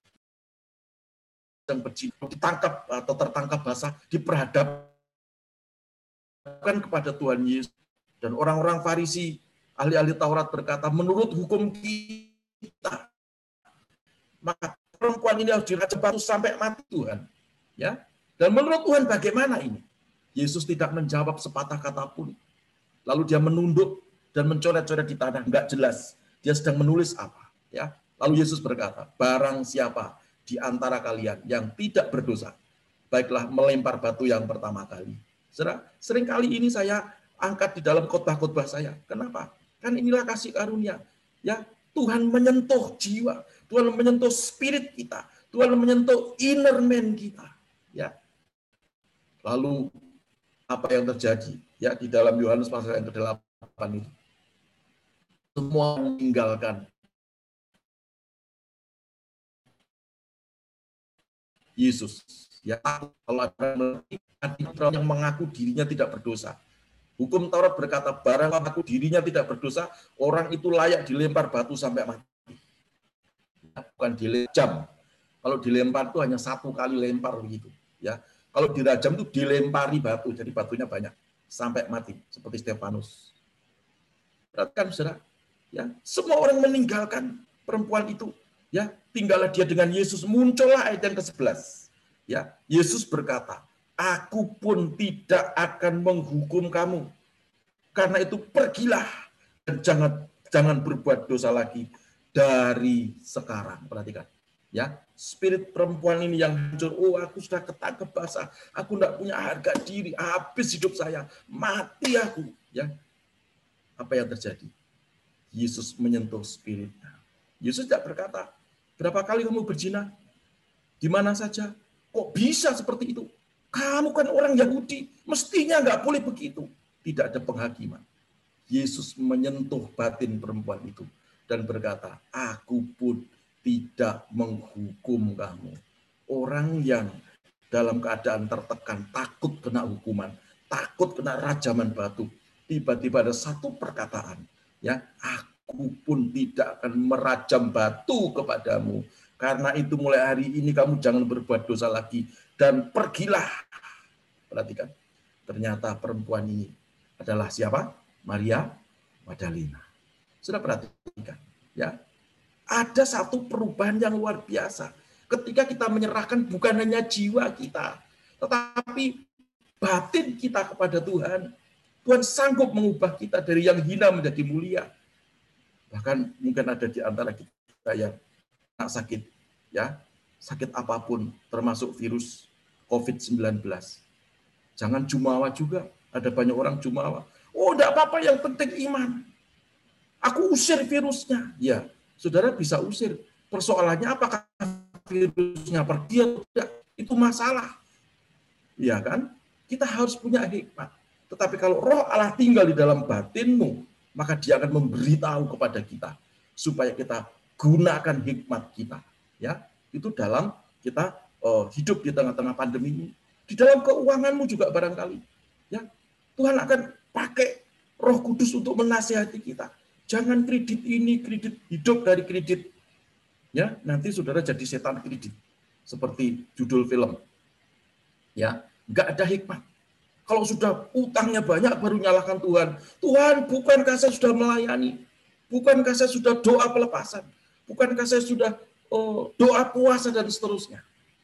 yang berjiwa, ditangkap atau tertangkap basah, diperhadapkan kepada Tuhan Yesus. Dan orang-orang Farisi, ahli-ahli Taurat berkata, menurut hukum kita, maka perempuan ini harus dirajam batu sampai mati, Tuhan. Ya. Dan menurut Tuhan bagaimana ini? Yesus tidak menjawab sepatah kata pun. Lalu dia menunduk dan mencoret-coret di tanah, enggak jelas dia sedang menulis apa. Ya. Lalu Yesus berkata, barang siapa di antara kalian yang tidak berdosa, baiklah melempar batu yang pertama kali. Seringkali ini saya angkat di dalam khotbah-khotbah saya. Kenapa? Kan inilah kasih karunia. Ya, Tuhan menyentuh jiwa, Tuhan menyentuh spirit kita, Tuhan menyentuh inner man kita. Ya. Lalu apa yang terjadi? Ya, di dalam Yohanes pasal yang ke-8 itu. Semua meninggalkan Yesus. Ya, kalau ada yang mengaku dirinya tidak berdosa. Hukum Taurat berkata, barang mengaku dirinya tidak berdosa, orang itu layak dilempar batu sampai mati. Bukan dirajam. Kalau dilempar itu hanya satu kali lempar begitu. Ya, kalau dirajam itu dilempari batu, jadi batunya banyak sampai mati, seperti Stefanus. Berarti kan, saudara, ya, semua orang meninggalkan perempuan itu. Ya, tinggallah dia dengan Yesus. Muncullah ayat yang ke-11. Ya, Yesus berkata, aku pun tidak akan menghukum kamu. Karena itu pergilah dan jangan berbuat dosa lagi dari sekarang. Perhatikan. Ya, spirit perempuan ini yang hancur. Oh, aku sudah ketangkep basah. Aku tidak punya harga diri. Habis hidup saya. Mati aku. Ya. Apa yang terjadi? Yesus menyentuh spiritnya. Yesus tidak berkata, berapa kali kamu berzina? Di mana saja? Kok bisa seperti itu? Kamu kan orang Yahudi. Mestinya nggak boleh begitu. Tidak ada penghakiman. Yesus menyentuh batin perempuan itu dan berkata, aku pun tidak menghukum kamu. Orang yang dalam keadaan tertekan, takut kena hukuman, takut kena rajaman batu, tiba-tiba ada satu perkataan, ya, aku pun tidak akan merajam batu kepadamu. Karena itu mulai hari ini kamu jangan berbuat dosa lagi dan pergilah. Perhatikan, ternyata perempuan ini adalah siapa? Maria Magdalena. Sudah perhatikan, ya. Ada satu perubahan yang luar biasa ketika kita menyerahkan bukan hanya jiwa kita, tetapi batin kita kepada Tuhan. Tuhan sanggup mengubah kita dari yang hina menjadi mulia. Bahkan mungkin ada di antara kita yang sakit, ya, sakit apapun, termasuk virus COVID-19. Jangan jumawa juga. Ada banyak orang jumawa. Oh, enggak apa-apa, yang penting iman. Aku usir virusnya. Ya, saudara bisa usir. Persoalannya apakah virusnya pergi atau tidak? Itu masalah. Ya kan? Kita harus punya hikmat. Tetapi kalau roh Allah tinggal di dalam batinmu, maka dia akan memberitahu kepada kita supaya kita gunakan hikmat kita. Ya, itu dalam kita hidup di tengah-tengah pandemi ini. Di dalam keuanganmu juga barangkali. Ya, Tuhan akan pakai Roh Kudus untuk menasihati kita. Jangan kredit ini, kredit, hidup dari kredit. Ya, nanti saudara jadi setan kredit. Seperti judul film. Ya, enggak ada hikmat. Kalau sudah utangnya banyak baru nyalahkan Tuhan. Tuhan, bukankah saya sudah melayani? Bukankah saya sudah doa pelepasan? Bukankah saya sudah doa puasa dan seterusnya?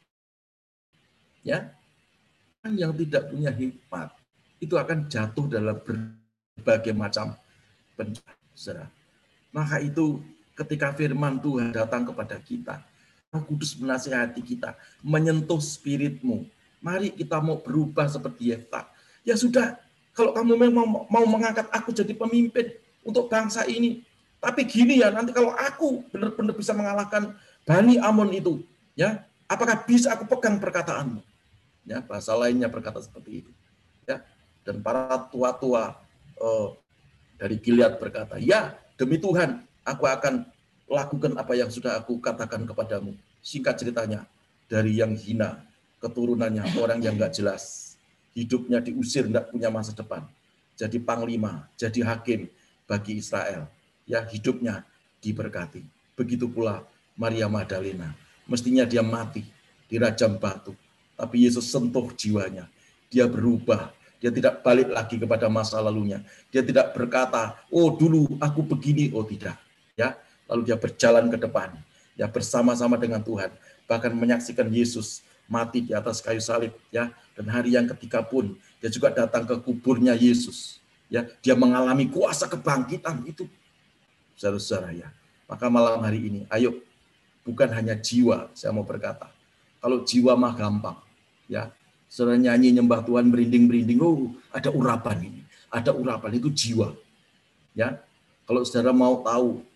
Ya, yang tidak punya hikmat itu akan jatuh dalam berbagai macam bencana. Maka itu ketika firman Tuhan datang kepada kita, Roh Kudus menasihati kita, menyentuh spiritmu. Mari kita mau berubah seperti Yefta. Ya sudah, kalau kamu memang mau mengangkat aku jadi pemimpin untuk bangsa ini, tapi gini ya, nanti kalau aku benar-benar bisa mengalahkan Bani Amon itu, ya, apakah bisa aku pegang perkataanmu? Ya, bahasa lainnya berkata seperti itu. Ya, dan para tua-tua dari Gilead berkata, ya, demi Tuhan, aku akan lakukan apa yang sudah aku katakan kepadamu. Singkat ceritanya, dari yang hina, keturunannya orang yang nggak jelas, hidupnya diusir, nggak punya masa depan, jadi panglima, jadi hakim bagi Israel. Ya, hidupnya diberkati. Begitu pula Maria Magdalena, mestinya dia mati, dirajam batu. Tapi Yesus sentuh jiwanya. Dia berubah. Dia tidak balik lagi kepada masa lalunya. Dia tidak berkata, oh dulu aku begini. Oh tidak. Ya, lalu dia berjalan ke depan. Ya, bersama-sama dengan Tuhan. Bahkan menyaksikan Yesus mati di atas kayu salib. Ya, dan hari yang ketiga pun dia juga datang ke kuburnya Yesus. Ya, dia mengalami kuasa kebangkitan itu. Saudara-saudara ya. Maka malam hari ini, ayo, bukan hanya jiwa, saya mau berkata. Kalau jiwa mah gampang. Ya, saudara nyanyi nyembah Tuhan merinding-merinding, oh ada urapan ini, ada urapan itu jiwa. Ya, kalau saudara mau tahu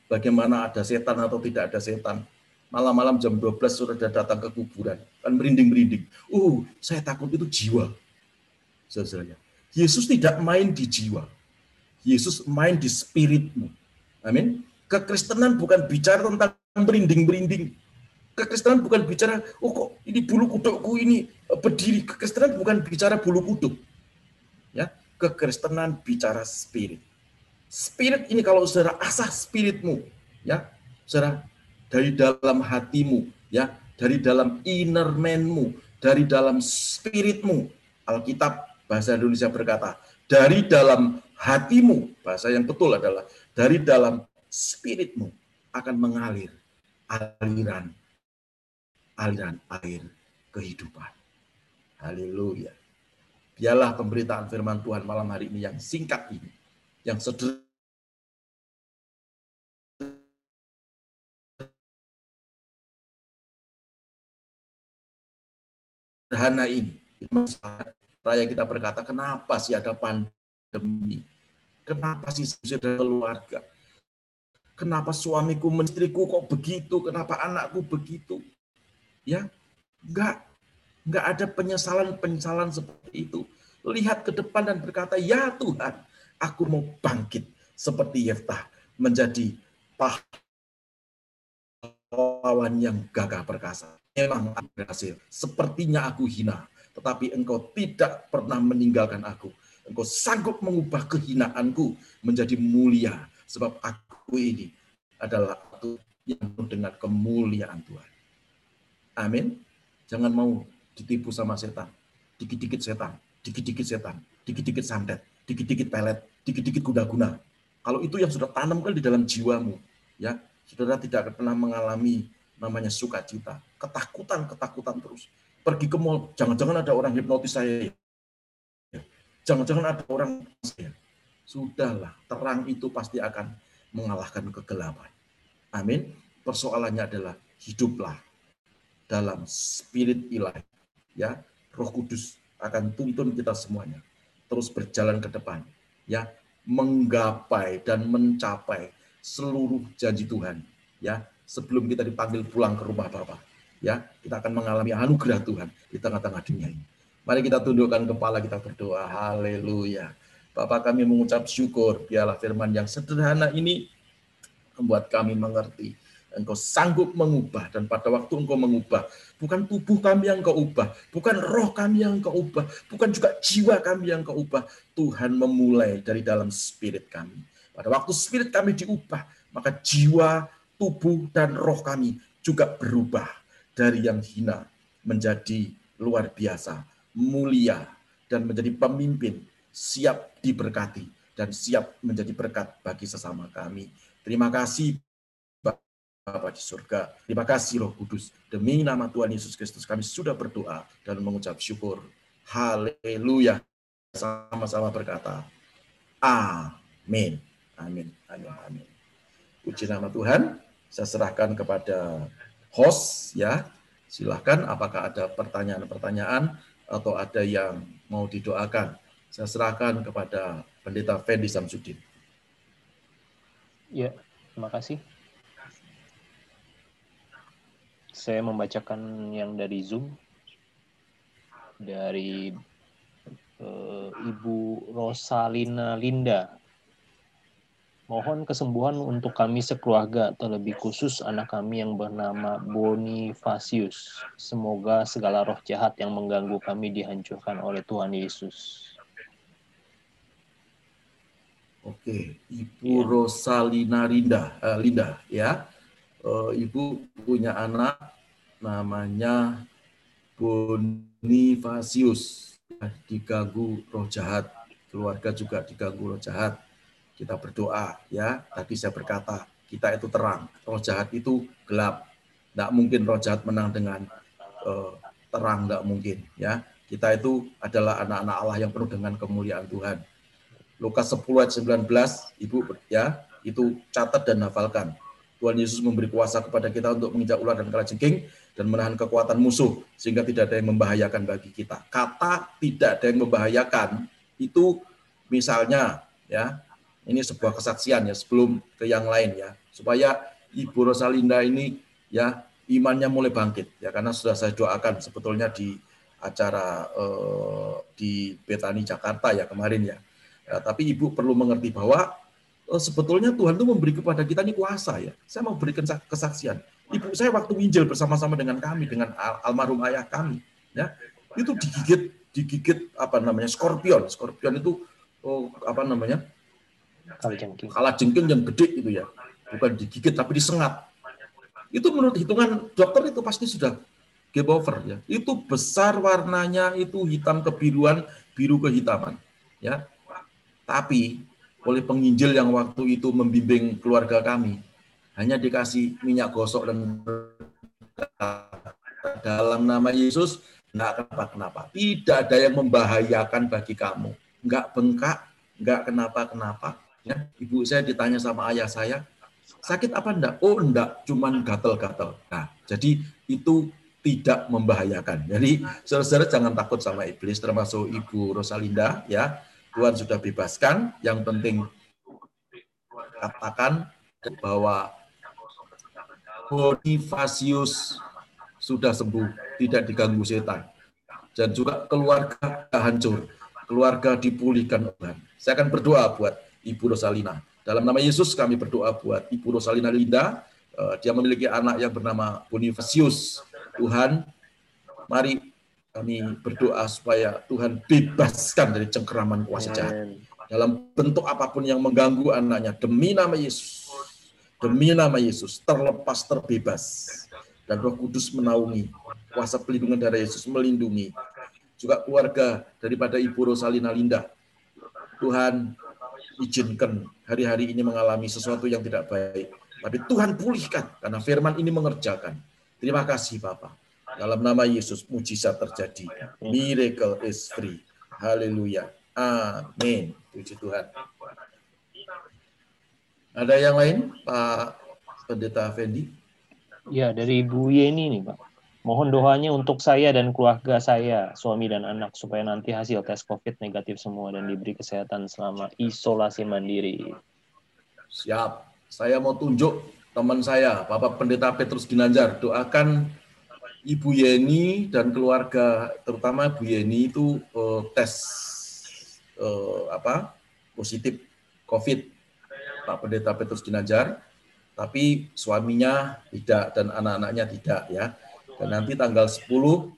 bagaimana ada setan atau tidak ada setan. Malam-malam jam 12 sudah datang ke kuburan, kan merinding-merinding. Saya takut itu jiwa. Saudara, Yesus tidak main di jiwa. Yesus main di spiritmu. Amin. Kekristenan bukan bicara tentang merinding-merinding. Kekristenan bukan bicara, kok ini bulu kudukku ini berdiri. Kekristenan bukan bicara bulu kuduk. Ya, kekristenan bicara spirit. Spirit ini kalau saudara asah spiritmu, ya, saudara, dari dalam hatimu, ya, dari dalam inner man-mu, dari dalam spiritmu. Alkitab bahasa Indonesia berkata, dari dalam hatimu, bahasa yang betul adalah dari dalam spiritmu akan mengalir aliran air kehidupan. Haleluya. Biarlah pemberitaan firman Tuhan malam hari ini yang singkat ini, yang sederhana ini. Raya kita berkata, kenapa sih ada pandemi? Kenapa sih sudah keluarga? Kenapa suamiku, istriku kok begitu? Kenapa anakku begitu? Ya, enggak ada penyesalan seperti itu. Lihat ke depan dan berkata, ya Tuhan, aku mau bangkit seperti Yeftah, menjadi pahlawan yang gagah perkasa. Memang aku berhasil, sepertinya aku hina, tetapi Engkau tidak pernah meninggalkan aku. Engkau sanggup mengubah kehinaanku menjadi mulia, sebab aku ini adalah aku yang penuh dengan kemuliaan Tuhan. Amin. Jangan mau ditipu sama setan. Dikit-dikit setan, dikit-dikit setan, dikit-dikit santet, dikit-dikit pelet, dikit-dikit kuda-guna. Kalau itu yang sudah tanamkan di dalam jiwamu, ya, saudara tidak akan pernah mengalami namanya sukacita, ketakutan terus. Pergi ke mall, jangan-jangan ada orang hipnotis saya. Jangan-jangan ada orang saya. Sudahlah, terang itu pasti akan mengalahkan kegelapan. Amin. Persoalannya adalah hiduplah dalam spirit ilahi. Ya, Roh Kudus akan tuntun kita semuanya terus berjalan ke depan, ya, menggapai dan mencapai seluruh janji Tuhan, ya, sebelum kita dipanggil pulang ke rumah Bapa, ya, kita akan mengalami anugerah Tuhan di tengah-tengah dunia ini. Mari kita tundukkan kepala, kita berdoa. Haleluya. Bapa, kami mengucap syukur, biarlah firman yang sederhana ini membuat kami mengerti Engkau sanggup mengubah, dan pada waktu Engkau mengubah, bukan tubuh kami yang Engkau ubah, bukan roh kami yang Engkau ubah, bukan juga jiwa kami yang Engkau ubah. Tuhan memulai dari dalam spirit kami. Pada waktu spirit kami diubah, maka jiwa, tubuh, dan roh kami juga berubah dari yang hina menjadi luar biasa, mulia, dan menjadi pemimpin, siap diberkati, dan siap menjadi berkat bagi sesama kami. Terima kasih Bapa di surga. Terima kasih Roh Kudus. Demi nama Tuhan Yesus Kristus kami sudah berdoa dan mengucap syukur. Haleluya. Sama-sama berkata, amin. Amin. Amin. Amin. Puji nama Tuhan. Saya serahkan kepada host, ya. Silahkan apakah ada pertanyaan-pertanyaan atau ada yang mau didoakan. Saya serahkan kepada Pendeta Fendi Samsudin. Ya, terima kasih. Saya membacakan yang dari Zoom, dari Ibu Rosalina Linda. Mohon kesembuhan untuk kami sekeluarga, terlebih khusus anak kami yang bernama Bonifasius. Semoga segala roh jahat yang mengganggu kami dihancurkan oleh Tuhan Yesus. Oke, Ibu Rosalina Linda, ya. Ibu punya anak namanya Bonifasius, diganggu roh jahat, keluarga juga diganggu roh jahat. Kita berdoa, ya. Tadi saya berkata, kita itu terang, roh jahat itu gelap. Tidak mungkin roh jahat menang dengan terang, tidak mungkin, ya. Kita itu adalah anak-anak Allah yang penuh dengan kemuliaan Tuhan. Lukas 10 ayat 19, Ibu, ya, itu catat dan hafalkan. Tuhan Yesus memberi kuasa kepada kita untuk menginjak ular dan kalajengking dan menahan kekuatan musuh sehingga tidak ada yang membahayakan bagi kita. Kata tidak ada yang membahayakan itu misalnya, ya, ini sebuah kesaksian, ya, sebelum ke yang lain, ya. supaya Ibu Rosalinda ini ya imannya mulai bangkit ya, karena sudah saya doakan sebetulnya di acara di Betani Jakarta ya kemarin ya. Tapi Ibu perlu mengerti bahwa sebetulnya Tuhan itu memberi kepada kita ini kuasa ya. Saya mau berikan kesaksian. Ibu saya waktu nginjil bersama-sama dengan kami, dengan almarhum ayah kami, ya itu digigit apa namanya skorpion. Skorpion itu kalajengking yang gede itu ya, bukan digigit tapi disengat. Itu menurut hitungan dokter itu pasti sudah game over ya. Itu besar warnanya, itu hitam kebiruan, biru kehitaman ya. Tapi oleh penginjil yang waktu itu membimbing keluarga kami, hanya dikasih minyak gosok dan dalam nama Yesus enggak kenapa-kenapa. Tidak ada yang membahayakan bagi kamu. Enggak bengkak, enggak kenapa-kenapa. Ya, ibu saya ditanya sama ayah saya, sakit apa enggak? Oh enggak, cuman gatal-gatal. Nah, jadi itu tidak membahayakan. Jadi saudara-saudara jangan takut sama iblis, termasuk Ibu Rosalinda ya. Tuhan sudah bebaskan. Yang penting katakan bahwa Bonifasius sudah sembuh, tidak diganggu setan. Dan juga keluarga hancur, keluarga dipulihkan Tuhan. Saya akan berdoa buat Ibu Rosalina. Dalam nama Yesus kami berdoa buat Ibu Rosalina Linda. Dia memiliki anak yang bernama Bonifasius. Tuhan, mari kami berdoa supaya Tuhan bebaskan dari cengkeraman kuasa jahat. Dalam bentuk apapun yang mengganggu anaknya, demi nama Yesus. Demi nama Yesus, terlepas, terbebas. Dan Roh Kudus menaungi. Kuasa pelindungan darah Yesus melindungi. Juga keluarga daripada Ibu Rosalina Linda. Tuhan, izinkan hari-hari ini mengalami sesuatu yang tidak baik. Tapi Tuhan pulihkan, karena firman ini mengerjakan. Terima kasih Bapak. Dalam nama Yesus, mujizat terjadi. Miracle is free. Haleluya. Amin. Puji Tuhan. Ada yang lain, Pak Pendeta Fendi? Ya, dari Ibu Yeni nih, Pak. Mohon doanya untuk saya dan keluarga saya, suami dan anak, supaya nanti hasil tes COVID negatif semua dan diberi kesehatan selama isolasi mandiri. Siap. Saya mau tunjuk teman saya, Bapak Pendeta Petrus Ginanjar. Doakan Ibu Yeni dan keluarga, terutama Bu Yeni itu tes positif COVID, Pak Pendeta Petrus Ginanjar, tapi suaminya tidak dan anak-anaknya tidak ya. Dan nanti tanggal 10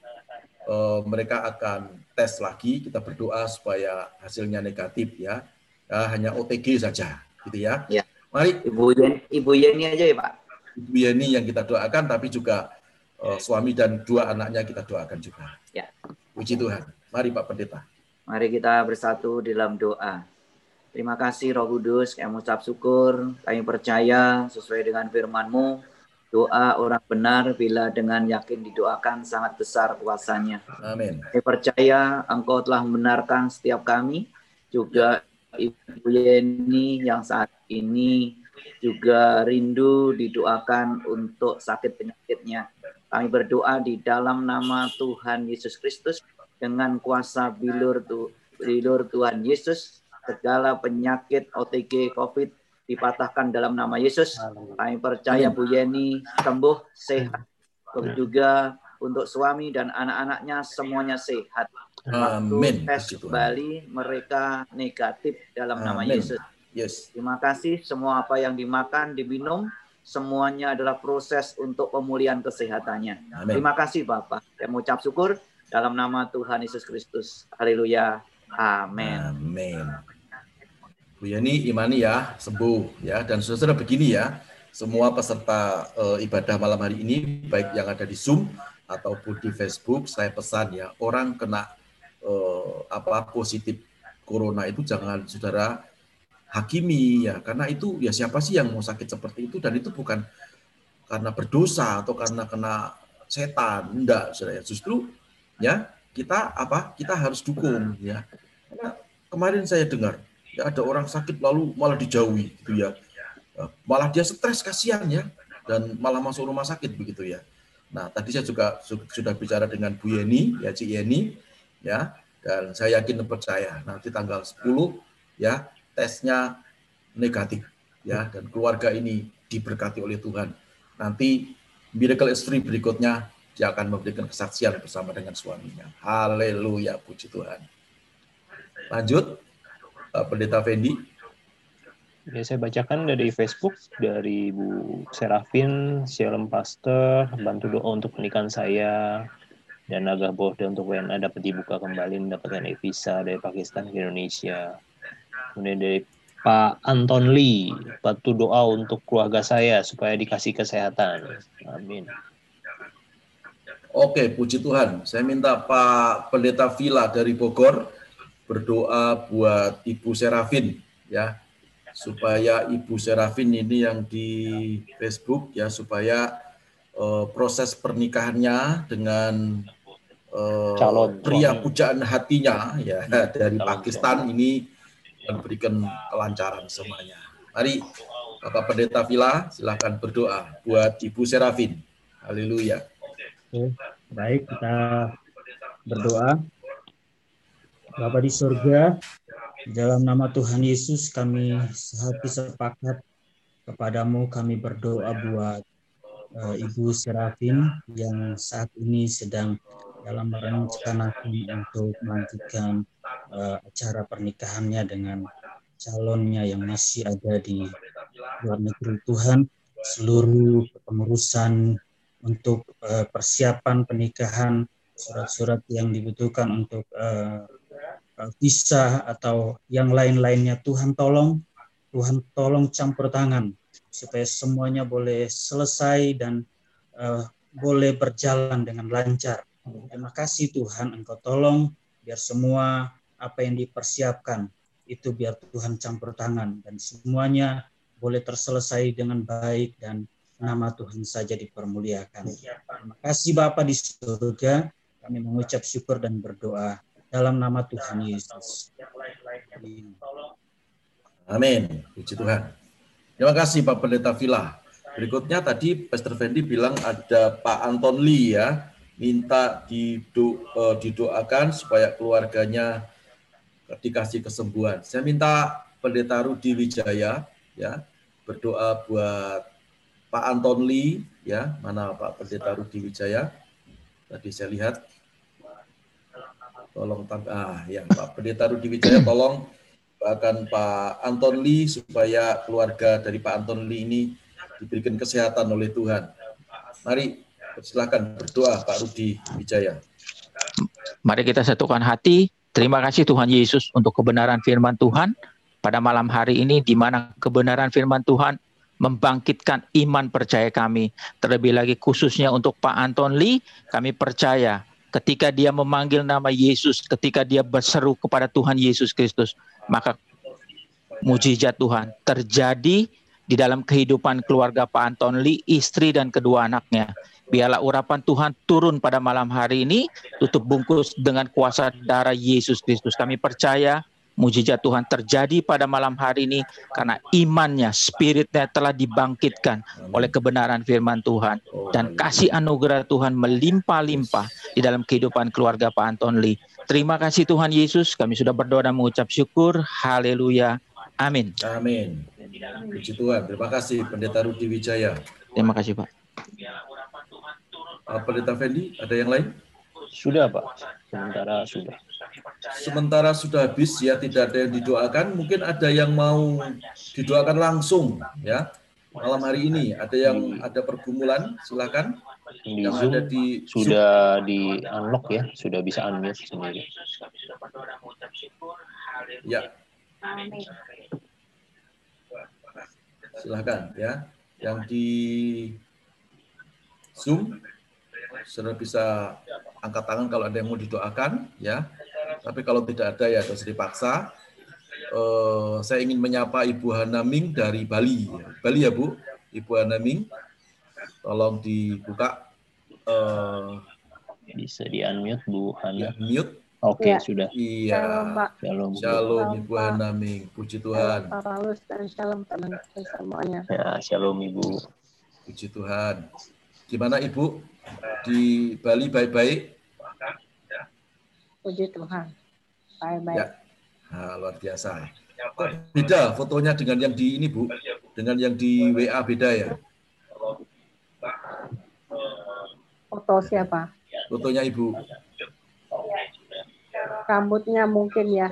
mereka akan tes lagi. Kita berdoa supaya hasilnya negatif ya. Hanya OTG saja, gitu ya. Ya. Mari Ibu Yeni aja ya Pak. Ibu Yeni yang kita doakan, tapi juga suami dan 2 anaknya kita doakan juga. Ya. Puji Tuhan. Mari Pak Pendeta. Mari kita bersatu dalam doa. Terima kasih Roh Kudus, kami ucap syukur, kami percaya sesuai dengan firman-Mu, doa orang benar bila dengan yakin didoakan sangat besar kuasanya. Amin. Kami percaya Engkau telah membenarkan setiap kami, juga Ibu Yeni yang saat ini juga rindu didoakan untuk sakit penyakitnya. Kami berdoa di dalam nama Tuhan Yesus Kristus, dengan kuasa bilur Tuhan Yesus, segala penyakit OTG COVID dipatahkan dalam nama Yesus. Kami percaya Bu Yeni sembuh, sehat. Juga untuk suami dan anak-anaknya semuanya sehat. Waktu tes kembali mereka negatif dalam nama Yesus. Yes. Terima kasih, semua apa yang dimakan, diminum, semuanya adalah proses untuk pemulihan kesehatannya. Amen. Terima kasih Bapak. Saya mengucap syukur dalam nama Tuhan Yesus Kristus. Haleluya. Amin. Amin. Bu Yani imani ya, sembuh ya. Dan saudara begini ya, semua peserta ibadah malam hari ini, baik yang ada di Zoom ataupun di Facebook, saya pesan ya, orang kena positif corona itu jangan saudara hakimi ya, karena itu ya siapa sih yang mau sakit seperti itu, dan itu bukan karena berdosa atau karena kena setan, enggak saudara. Justru ya kita harus dukung ya. Karena kemarin saya dengar ya ada orang sakit lalu malah dijauhi gitu ya. Malah dia stres, kasihan ya, dan malah masuk rumah sakit begitu ya. Nah, tadi saya juga sudah bicara dengan Bu Yeni, ya Ci Yeni, ya, dan saya yakin dan percaya nanti tanggal 10 ya tesnya negatif ya, dan keluarga ini diberkati oleh Tuhan. Nanti Miracle is Free berikutnya dia akan memberikan kesaksian bersama dengan suaminya. Haleluya, puji Tuhan. Lanjut, Pendeta Fendi. Ya, saya bacakan dari Facebook, dari Bu Serafin, Shalom Pastor, bantu doa untuk pernikahan saya, dan Naga Borda untuk WNA dapat dibuka kembali, mendapatkan visa dari Pakistan ke Indonesia. Kemudian dari Pak Anton Lee, bantu doa untuk keluarga saya supaya dikasih kesehatan. Amin. Oke, puji Tuhan. Saya minta Pak Pendeta Villa dari Bogor berdoa buat Ibu Serafin, ya, supaya Ibu Serafin ini yang di Facebook, ya, supaya proses pernikahannya dengan Calon pria suami. pujaan hatinya, ya, dari Pakistan ini memberikan kelancaran semuanya. Mari Bapak Pendeta Villa, silakan berdoa buat Ibu Serafin. Haleluya. Oke, baik, kita berdoa. Bapa di surga, di dalam nama Tuhan Yesus kami sehati sepakat kepadamu, kami berdoa buat Ibu Serafin yang saat ini sedang dalam merencanakan untuk melanjutkan acara pernikahannya dengan calonnya yang masih ada di luar negeri. Tuhan, seluruh pengurusan untuk persiapan pernikahan, surat-surat yang dibutuhkan untuk visa atau yang lain-lainnya, Tuhan tolong campur tangan supaya semuanya boleh selesai dan boleh berjalan dengan lancar. Terima kasih Tuhan, Engkau tolong biar semua apa yang dipersiapkan itu biar Tuhan campur tangan dan semuanya boleh terselesai dengan baik dan nama Tuhan saja dipermuliakan. Terima kasih Bapa di surga, kami mengucap syukur dan berdoa dalam nama Tuhan Yesus. Amin. Puji Tuhan. Terima kasih Pak Pendeta Villa. Berikutnya tadi Pastor Fendi bilang ada Pak Anton Lee, ya, minta didoakan supaya keluarganya dikasih kesembuhan. Saya minta Pendeta Rudi Wijaya, ya, berdoa buat Pak Anton Lee, ya. Mana Pak Pendeta Rudi Wijaya? Tadi saya lihat. Tolong ya, Pak Pendeta Rudi Wijaya tolong doakan Pak Anton Lee supaya keluarga dari Pak Anton Lee ini diberikan kesehatan oleh Tuhan. Mari silakan berdoa Pak Rudi Wijaya. Mari kita satukan hati. Terima kasih Tuhan Yesus untuk kebenaran firman Tuhan pada malam hari ini, di mana kebenaran firman Tuhan membangkitkan iman percaya kami. Terlebih lagi khususnya untuk Pak Anton Lee, kami percaya ketika dia memanggil nama Yesus, ketika dia berseru kepada Tuhan Yesus Kristus, maka mujizat Tuhan terjadi di dalam kehidupan keluarga Pak Anton Lee, istri dan kedua anaknya. Biarlah urapan Tuhan turun pada malam hari ini, tutup bungkus dengan kuasa darah Yesus Kristus. Kami percaya mujizat Tuhan terjadi pada malam hari ini karena imannya, spiritnya telah dibangkitkan oleh kebenaran firman Tuhan. Dan kasih anugerah Tuhan melimpah-limpah di dalam kehidupan keluarga Pak Anton Lee. Terima kasih Tuhan Yesus, kami sudah berdoa dan mengucap syukur. Haleluya. Amin. Amin. Puji Tuhan. Terima kasih Pendeta Rudi Wijaya. Terima kasih Pak. Pendeta Fendi, ada yang lain? Sudah Pak, Sementara sudah habis, ya, tidak ada yang didoakan. Mungkin ada yang mau didoakan langsung, ya, malam hari ini. Ada yang ada pergumulan, silakan. Di yang Zoom ada di sudah di unlock, ya, sudah bisa unmute sendiri. Ya. Silakan, ya. Yang di Zoom sudah bisa angkat tangan kalau ada yang mau didoakan, ya. Tapi kalau tidak ada, ya harus dipaksa. Saya ingin menyapa Ibu Hanaming dari Bali. Bali, ya Bu, Ibu Hanaming. Tolong dibuka. Bisa di-unmute Bu Hana. Ya, mute. Oke, Ya. sudah. Iya. Shalom. Shalom Ibu Hanaming. Puji Tuhan. Pak Paulus dan shalom teman-teman semuanya. Ya, shalom Ibu. Puji Tuhan. Gimana Ibu? Di Bali baik-baik? Puji Tuhan. Baik-baik. Ya. Nah, luar biasa. Kok beda fotonya dengan yang di ini, Bu? Dengan yang di WA beda ya? Foto siapa? Fotonya Ibu. Rambutnya mungkin ya.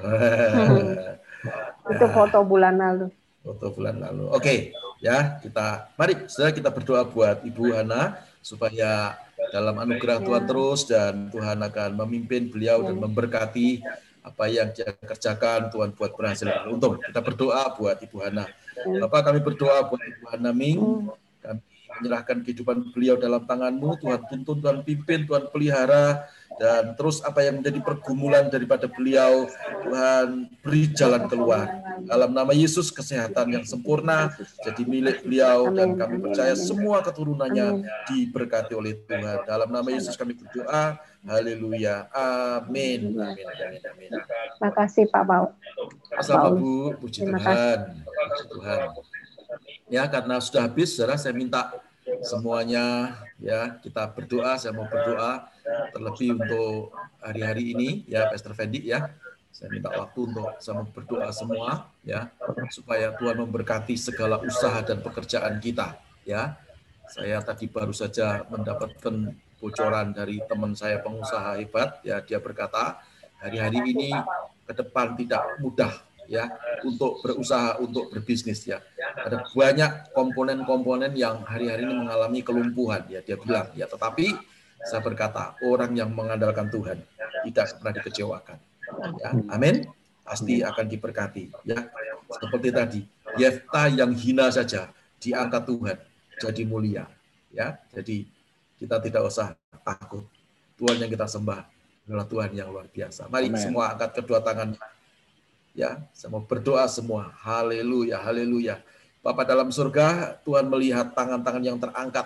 Itu foto bulan lalu. Foto bulan lalu. Oke, ya mari saudara kita berdoa buat Ibu Hana supaya dalam anugerah Tuhan terus dan Tuhan akan memimpin beliau dan memberkati apa yang dia kerjakan, Tuhan buat berhasil beruntung. Kita berdoa buat Ibu Hana. Bapak, kami berdoa buat Ibu Hana Ming. Kami menyerahkan kehidupan beliau dalam tangan-Mu. Tuhan tuntun, Tuhan pimpin, Tuhan pelihara. Dan terus apa yang menjadi pergumulan daripada beliau, Tuhan beri jalan keluar. Dalam nama Yesus, kesehatan yang sempurna jadi milik beliau. Dan kami percaya semua keturunannya diberkati oleh Tuhan. Dalam nama Yesus kami berdoa. Haleluya. Amin. Amin. Amin. Amin. Terima kasih Pak Paul. Sama Bu, puji Tuhan. Puji Tuhan. Ya, karena sudah habis, saudara, saya minta semuanya ya kita berdoa. Saya mau berdoa terlebih untuk hari-hari ini ya, Pastor Fendi ya. Saya minta waktu untuk sama berdoa semua ya, supaya Tuhan memberkati segala usaha dan pekerjaan kita ya. Saya tadi baru saja mendapatkan bocoran dari teman saya pengusaha hebat ya, dia berkata hari-hari ini ke depan tidak mudah ya untuk berusaha, untuk berbisnis ya. Ada banyak komponen-komponen yang hari-hari ini mengalami kelumpuhan ya, dia bilang ya, tetapi saya berkata orang yang mengandalkan Tuhan tidak pernah dikecewakan ya. Amin. Pasti akan diberkati ya. Seperti tadi Yefta yang hina saja diangkat Tuhan jadi mulia ya. Jadi kita tidak usah takut. Tuhan yang kita sembah adalah Tuhan yang luar biasa. Mari semua angkat kedua tangan. Ya, saya mau berdoa semua. Haleluya, haleluya. Bapa dalam surga, Tuhan melihat tangan-tangan yang terangkat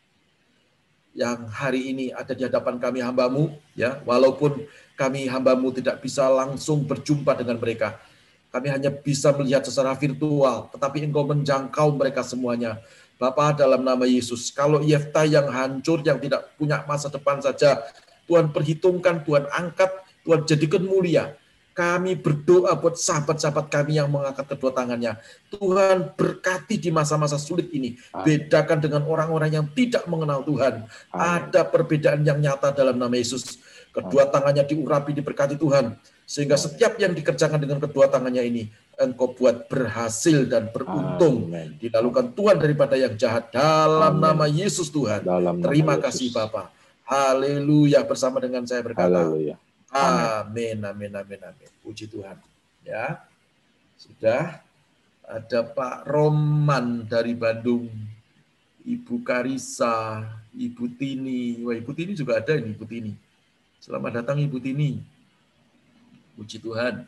yang hari ini ada di hadapan kami hamba-Mu, ya, walaupun kami hamba-Mu tidak bisa langsung berjumpa dengan mereka. Kami hanya bisa melihat secara virtual, tetapi Engkau menjangkau mereka semuanya. Bapa, dalam nama Yesus, kalau Yefta yang hancur, yang tidak punya masa depan saja, Tuhan perhitungkan, Tuhan angkat, Tuhan jadikan mulia. Kami berdoa buat sahabat-sahabat kami yang mengangkat kedua tangannya. Tuhan berkati di masa-masa sulit ini. Bedakan dengan orang-orang yang tidak mengenal Tuhan. Ada perbedaan yang nyata dalam nama Yesus. Kedua tangannya diurapi, diberkati Tuhan. Sehingga setiap yang dikerjakan dengan kedua tangannya ini, Engkau buat berhasil dan beruntung. Dilalukan Tuhan daripada yang jahat. Dalam nama Yesus Tuhan. Terima kasih Bapa. Haleluya. Bersama dengan saya berkata. Haleluya. Amin, amin, amin, amin. Puji Tuhan. Ya, sudah ada Pak Roman dari Bandung, Ibu Karisa, Ibu Tini. Wah, Ibu Tini juga ada ini, Ibu Tini. Selamat datang Ibu Tini. Puji Tuhan.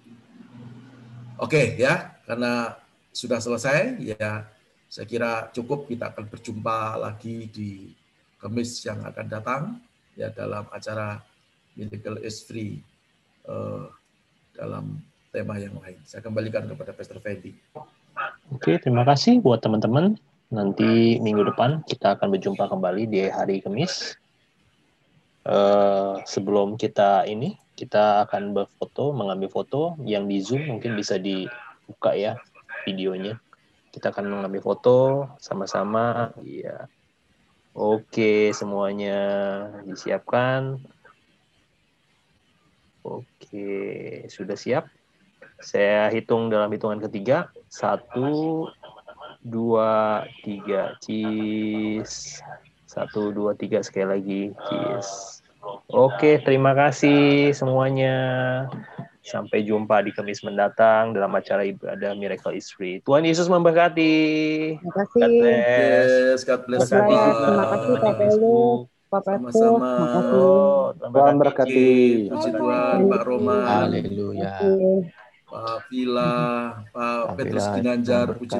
Oke ya, karena sudah selesai ya, saya kira cukup. Kita akan berjumpa lagi di Kamis yang akan datang ya dalam acara Miracle is Free dalam tema yang lain. Saya kembalikan kepada Pastor Fendi. Oke, terima kasih buat teman-teman. Nanti minggu depan kita akan berjumpa kembali di hari Kamis. Sebelum kita akan mengambil foto yang di Zoom, mungkin bisa dibuka ya videonya. Kita akan mengambil foto sama-sama. Ya. Oke, semuanya disiapkan. Oke, sudah siap. Saya hitung dalam hitungan ketiga. 1, 2, 3. Cheese. 1, 2, 3 sekali lagi. Cheese. Oke, terima kasih semuanya. Sampai jumpa di Kamis mendatang dalam acara ibadah Miracle is Free. Tuhan Yesus memberkati. Terima kasih. God bless. God bless. Terima kasih Pak Paulus. Sama-sama. Tuhan berkati. Puji Tuhan, Pak Roman. Haleluya. Pak Vila, Pak Petrus Ginanjar, puji